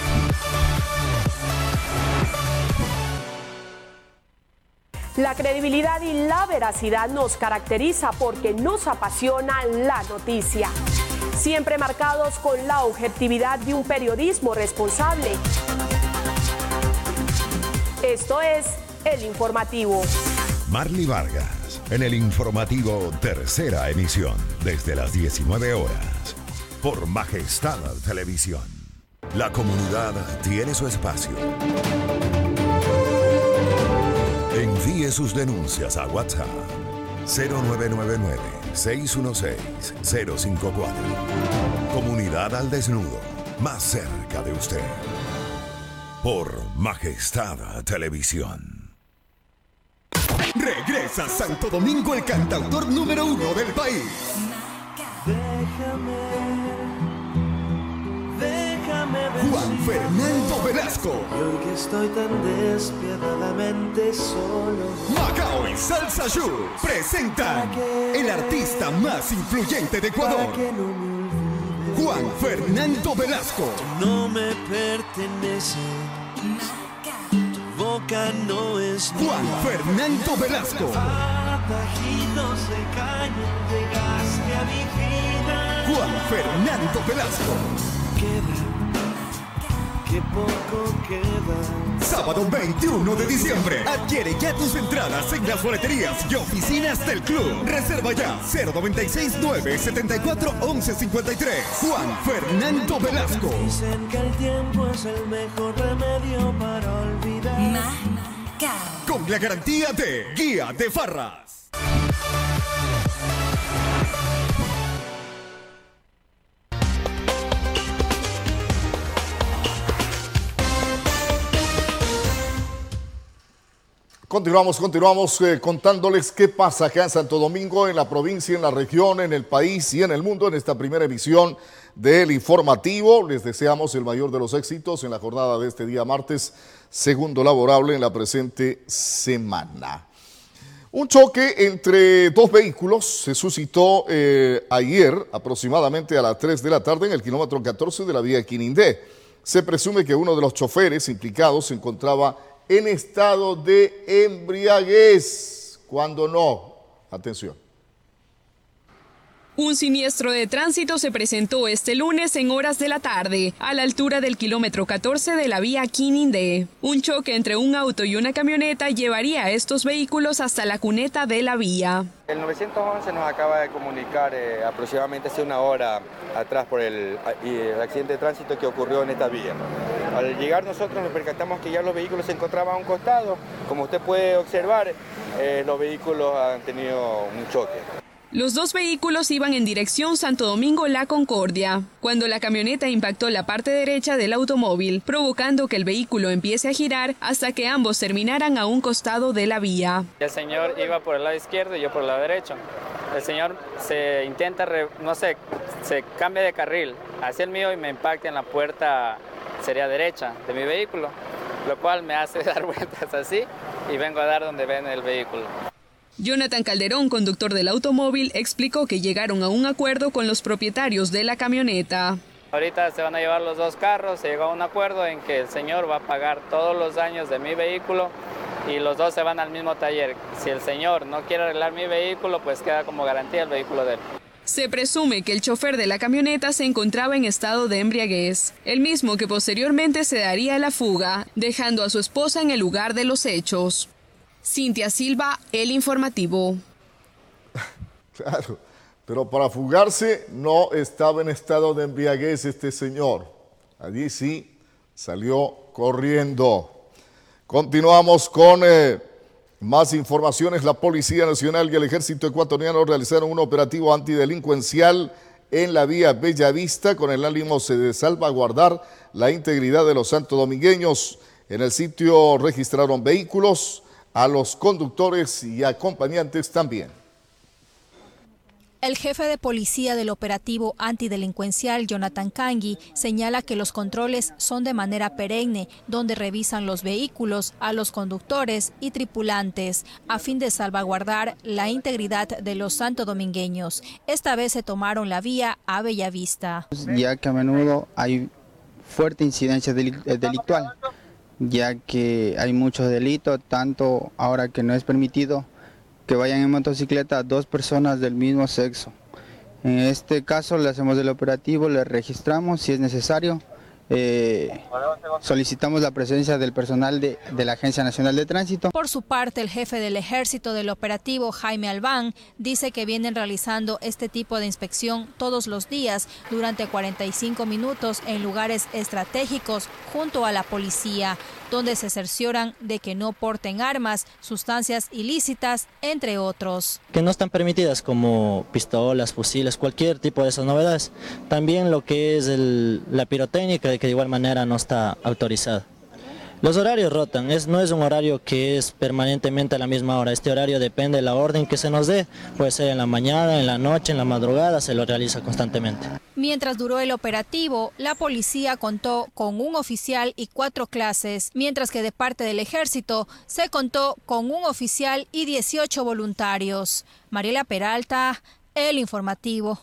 La credibilidad y la veracidad nos caracteriza porque nos apasiona la noticia. Siempre marcados con la objetividad de un periodismo responsable. Esto es El Informativo. Marley Vargas, en El Informativo, tercera emisión, desde las diecinueve horas, por Majestad Televisión. La comunidad tiene su espacio. Envíe sus denuncias a WhatsApp cero nueve nueve nueve, seis uno seis, cero cinco cuatro. Comunidad al desnudo, más cerca de usted. Por Majestad Televisión. Regresa a Santo Domingo el cantautor número uno del país. Déjame, déjame Juan Fernando Velasco. Y hoy que estoy tan despiadadamente solo. Macao y Salsa Show presentan el artista más influyente de Ecuador, Juan Fernando Velasco. No me pertenece. Tu boca no es Juan Fernando Velasco. Atajitos de caña llegaste a mi vida. Juan Fernando Velasco. Queda, que poco queda. Sábado veintiuno de diciembre. Adquiere ya tus entradas en las boleterías y oficinas del club. Reserva ya cero nueve seis nueve, siete cuatro, once cincuenta y tres. Juan Fernando Velasco. Dicen que el tiempo es el mejor remedio para olvidar. Macao. Con la garantía de Guía de Farras. Continuamos, continuamos eh, contándoles qué pasa acá en Santo Domingo, en la provincia, en la región, en el país y en el mundo en esta primera emisión del Informativo. Les deseamos el mayor de los éxitos en la jornada de este día martes, segundo laborable en la presente semana. Un choque entre dos vehículos se suscitó eh, ayer aproximadamente a las tres de la tarde en el kilómetro catorce de la vía Quinindé. Se presume que uno de los choferes implicados se encontraba en estado de embriaguez, cuando no. Atención. Un siniestro de tránsito se presentó este lunes en horas de la tarde, a la altura del kilómetro catorce de la vía Quinindé. Un choque entre un auto y una camioneta llevaría a estos vehículos hasta la cuneta de la vía. El nueve once nos acaba de comunicar eh, aproximadamente hace una hora atrás por el, el accidente de tránsito que ocurrió en esta vía. Al llegar nosotros nos percatamos que ya los vehículos se encontraban a un costado. Como usted puede observar, eh, los vehículos han tenido un choque. Los dos vehículos iban en dirección Santo Domingo-La Concordia, cuando la camioneta impactó la parte derecha del automóvil, provocando que el vehículo empiece a girar hasta que ambos terminaran a un costado de la vía. El señor iba por el lado izquierdo y yo por el lado derecho. El señor se intenta, no sé, se cambia de carril hacia el mío y me impacta en la puerta, sería derecha, de mi vehículo, lo cual me hace dar vueltas así y vengo a dar donde ven el vehículo. Jonathan Calderón, conductor del automóvil, explicó que llegaron a un acuerdo con los propietarios de la camioneta. Ahorita se van a llevar los dos carros, se llegó a un acuerdo en que el señor va a pagar todos los daños de mi vehículo y los dos se van al mismo taller. Si el señor no quiere arreglar mi vehículo, pues queda como garantía el vehículo de él. Se presume que el chofer de la camioneta se encontraba en estado de embriaguez, el mismo que posteriormente se daría a la fuga, dejando a su esposa en el lugar de los hechos. Cintia Silva, El Informativo. Claro, pero para fugarse no estaba en estado de embriaguez este señor. Allí sí salió corriendo. Continuamos con eh, más informaciones. La Policía Nacional y el Ejército Ecuatoriano realizaron un operativo antidelincuencial en la vía Bellavista con el ánimo de salvaguardar la integridad de los santodomingueños. En el sitio registraron vehículos, a los conductores y acompañantes también. El jefe de policía del operativo antidelincuencial, Jonathan Cangui, señala que los controles son de manera perenne, donde revisan los vehículos, a los conductores y tripulantes, a fin de salvaguardar la integridad de los santodomingueños. Esta vez se tomaron la vía a Bellavista. Ya que a menudo hay fuerte incidencia delictual, ya que hay muchos delitos, tanto ahora que no es permitido que vayan en motocicleta dos personas del mismo sexo. En este caso le hacemos el operativo, le registramos si es necesario, eh, solicitamos la presencia del personal de, de la Agencia Nacional de Tránsito. Por su parte, el jefe del Ejército del operativo, Jaime Albán, dice que vienen realizando este tipo de inspección todos los días durante cuarenta y cinco minutos en lugares estratégicos junto a la policía, donde se cercioran de que no porten armas, sustancias ilícitas, entre otros. Que no están permitidas como pistolas, fusiles, cualquier tipo de esas novedades. También lo que es el, la pirotécnica, que de igual manera no está autorizada. Los horarios rotan, es, no es un horario que es permanentemente a la misma hora. Este horario depende de la orden que se nos dé, puede ser en la mañana, en la noche, en la madrugada, se lo realiza constantemente. Mientras duró el operativo, la policía contó con un oficial y cuatro clases, mientras que de parte del Ejército se contó con un oficial y dieciocho voluntarios. Mariela Peralta, El Informativo.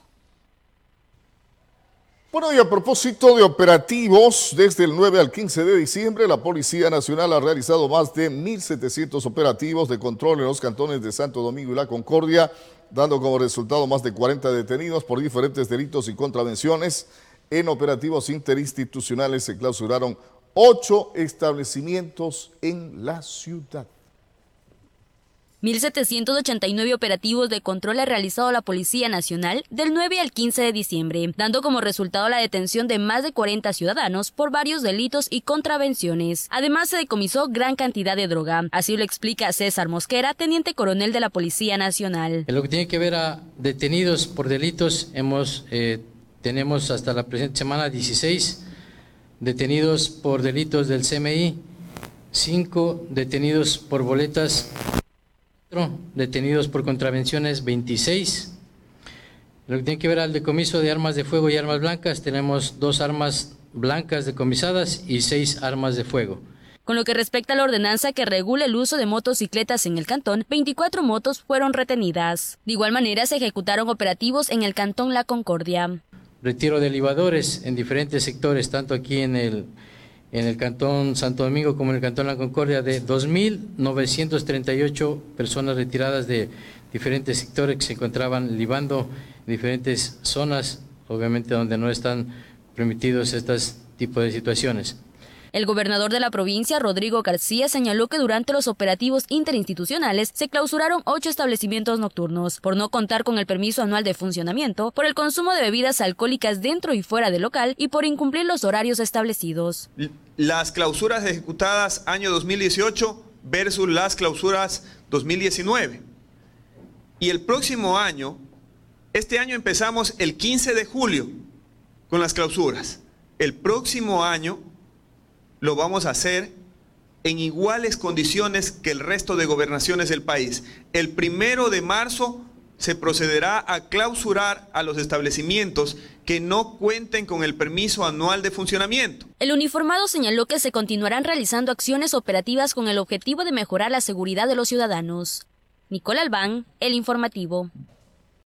Bueno, y a propósito de operativos, desde el nueve al quince de diciembre, la Policía Nacional ha realizado más de mil setecientos operativos de control en los cantones de Santo Domingo y La Concordia, dando como resultado más de cuarenta detenidos por diferentes delitos y contravenciones. En operativos interinstitucionales se clausuraron ocho establecimientos en la ciudad. mil setecientos ochenta y nueve operativos de control ha realizado la Policía Nacional del nueve al quince de diciembre, dando como resultado la detención de más de cuarenta ciudadanos por varios delitos y contravenciones. Además, se decomisó gran cantidad de droga. Así lo explica César Mosquera, teniente coronel de la Policía Nacional. En lo que tiene que ver a detenidos por delitos, hemos eh, tenemos hasta la presente semana dieciséis detenidos por delitos del C M I, cinco detenidos por boletas, detenidos por contravenciones veintiséis. Lo que tiene que ver al decomiso de armas de fuego y armas blancas, tenemos dos armas blancas decomisadas y seis armas de fuego. Con lo que respecta a la ordenanza que regula el uso de motocicletas en el cantón, veinticuatro motos fueron retenidas. De igual manera, se ejecutaron operativos en el cantón La Concordia. Retiro de libadores en diferentes sectores, tanto aquí en el en el Cantón Santo Domingo como en el Cantón La Concordia, de dos mil novecientas treinta y ocho personas retiradas de diferentes sectores que se encontraban libando en diferentes zonas, obviamente donde no están permitidos estos tipos de situaciones. El gobernador de la provincia, Rodrigo García, señaló que durante los operativos interinstitucionales se clausuraron ocho establecimientos nocturnos por no contar con el permiso anual de funcionamiento, por el consumo de bebidas alcohólicas dentro y fuera del local y por incumplir los horarios establecidos. Las clausuras ejecutadas año dos mil dieciocho versus las clausuras dos mil diecinueve. Y el próximo año, este año empezamos el quince de julio con las clausuras. El próximo año lo vamos a hacer en iguales condiciones que el resto de gobernaciones del país. El primero de marzo se procederá a clausurar a los establecimientos que no cuenten con el permiso anual de funcionamiento. El uniformado señaló que se continuarán realizando acciones operativas con el objetivo de mejorar la seguridad de los ciudadanos. Nicole Albán, El Informativo.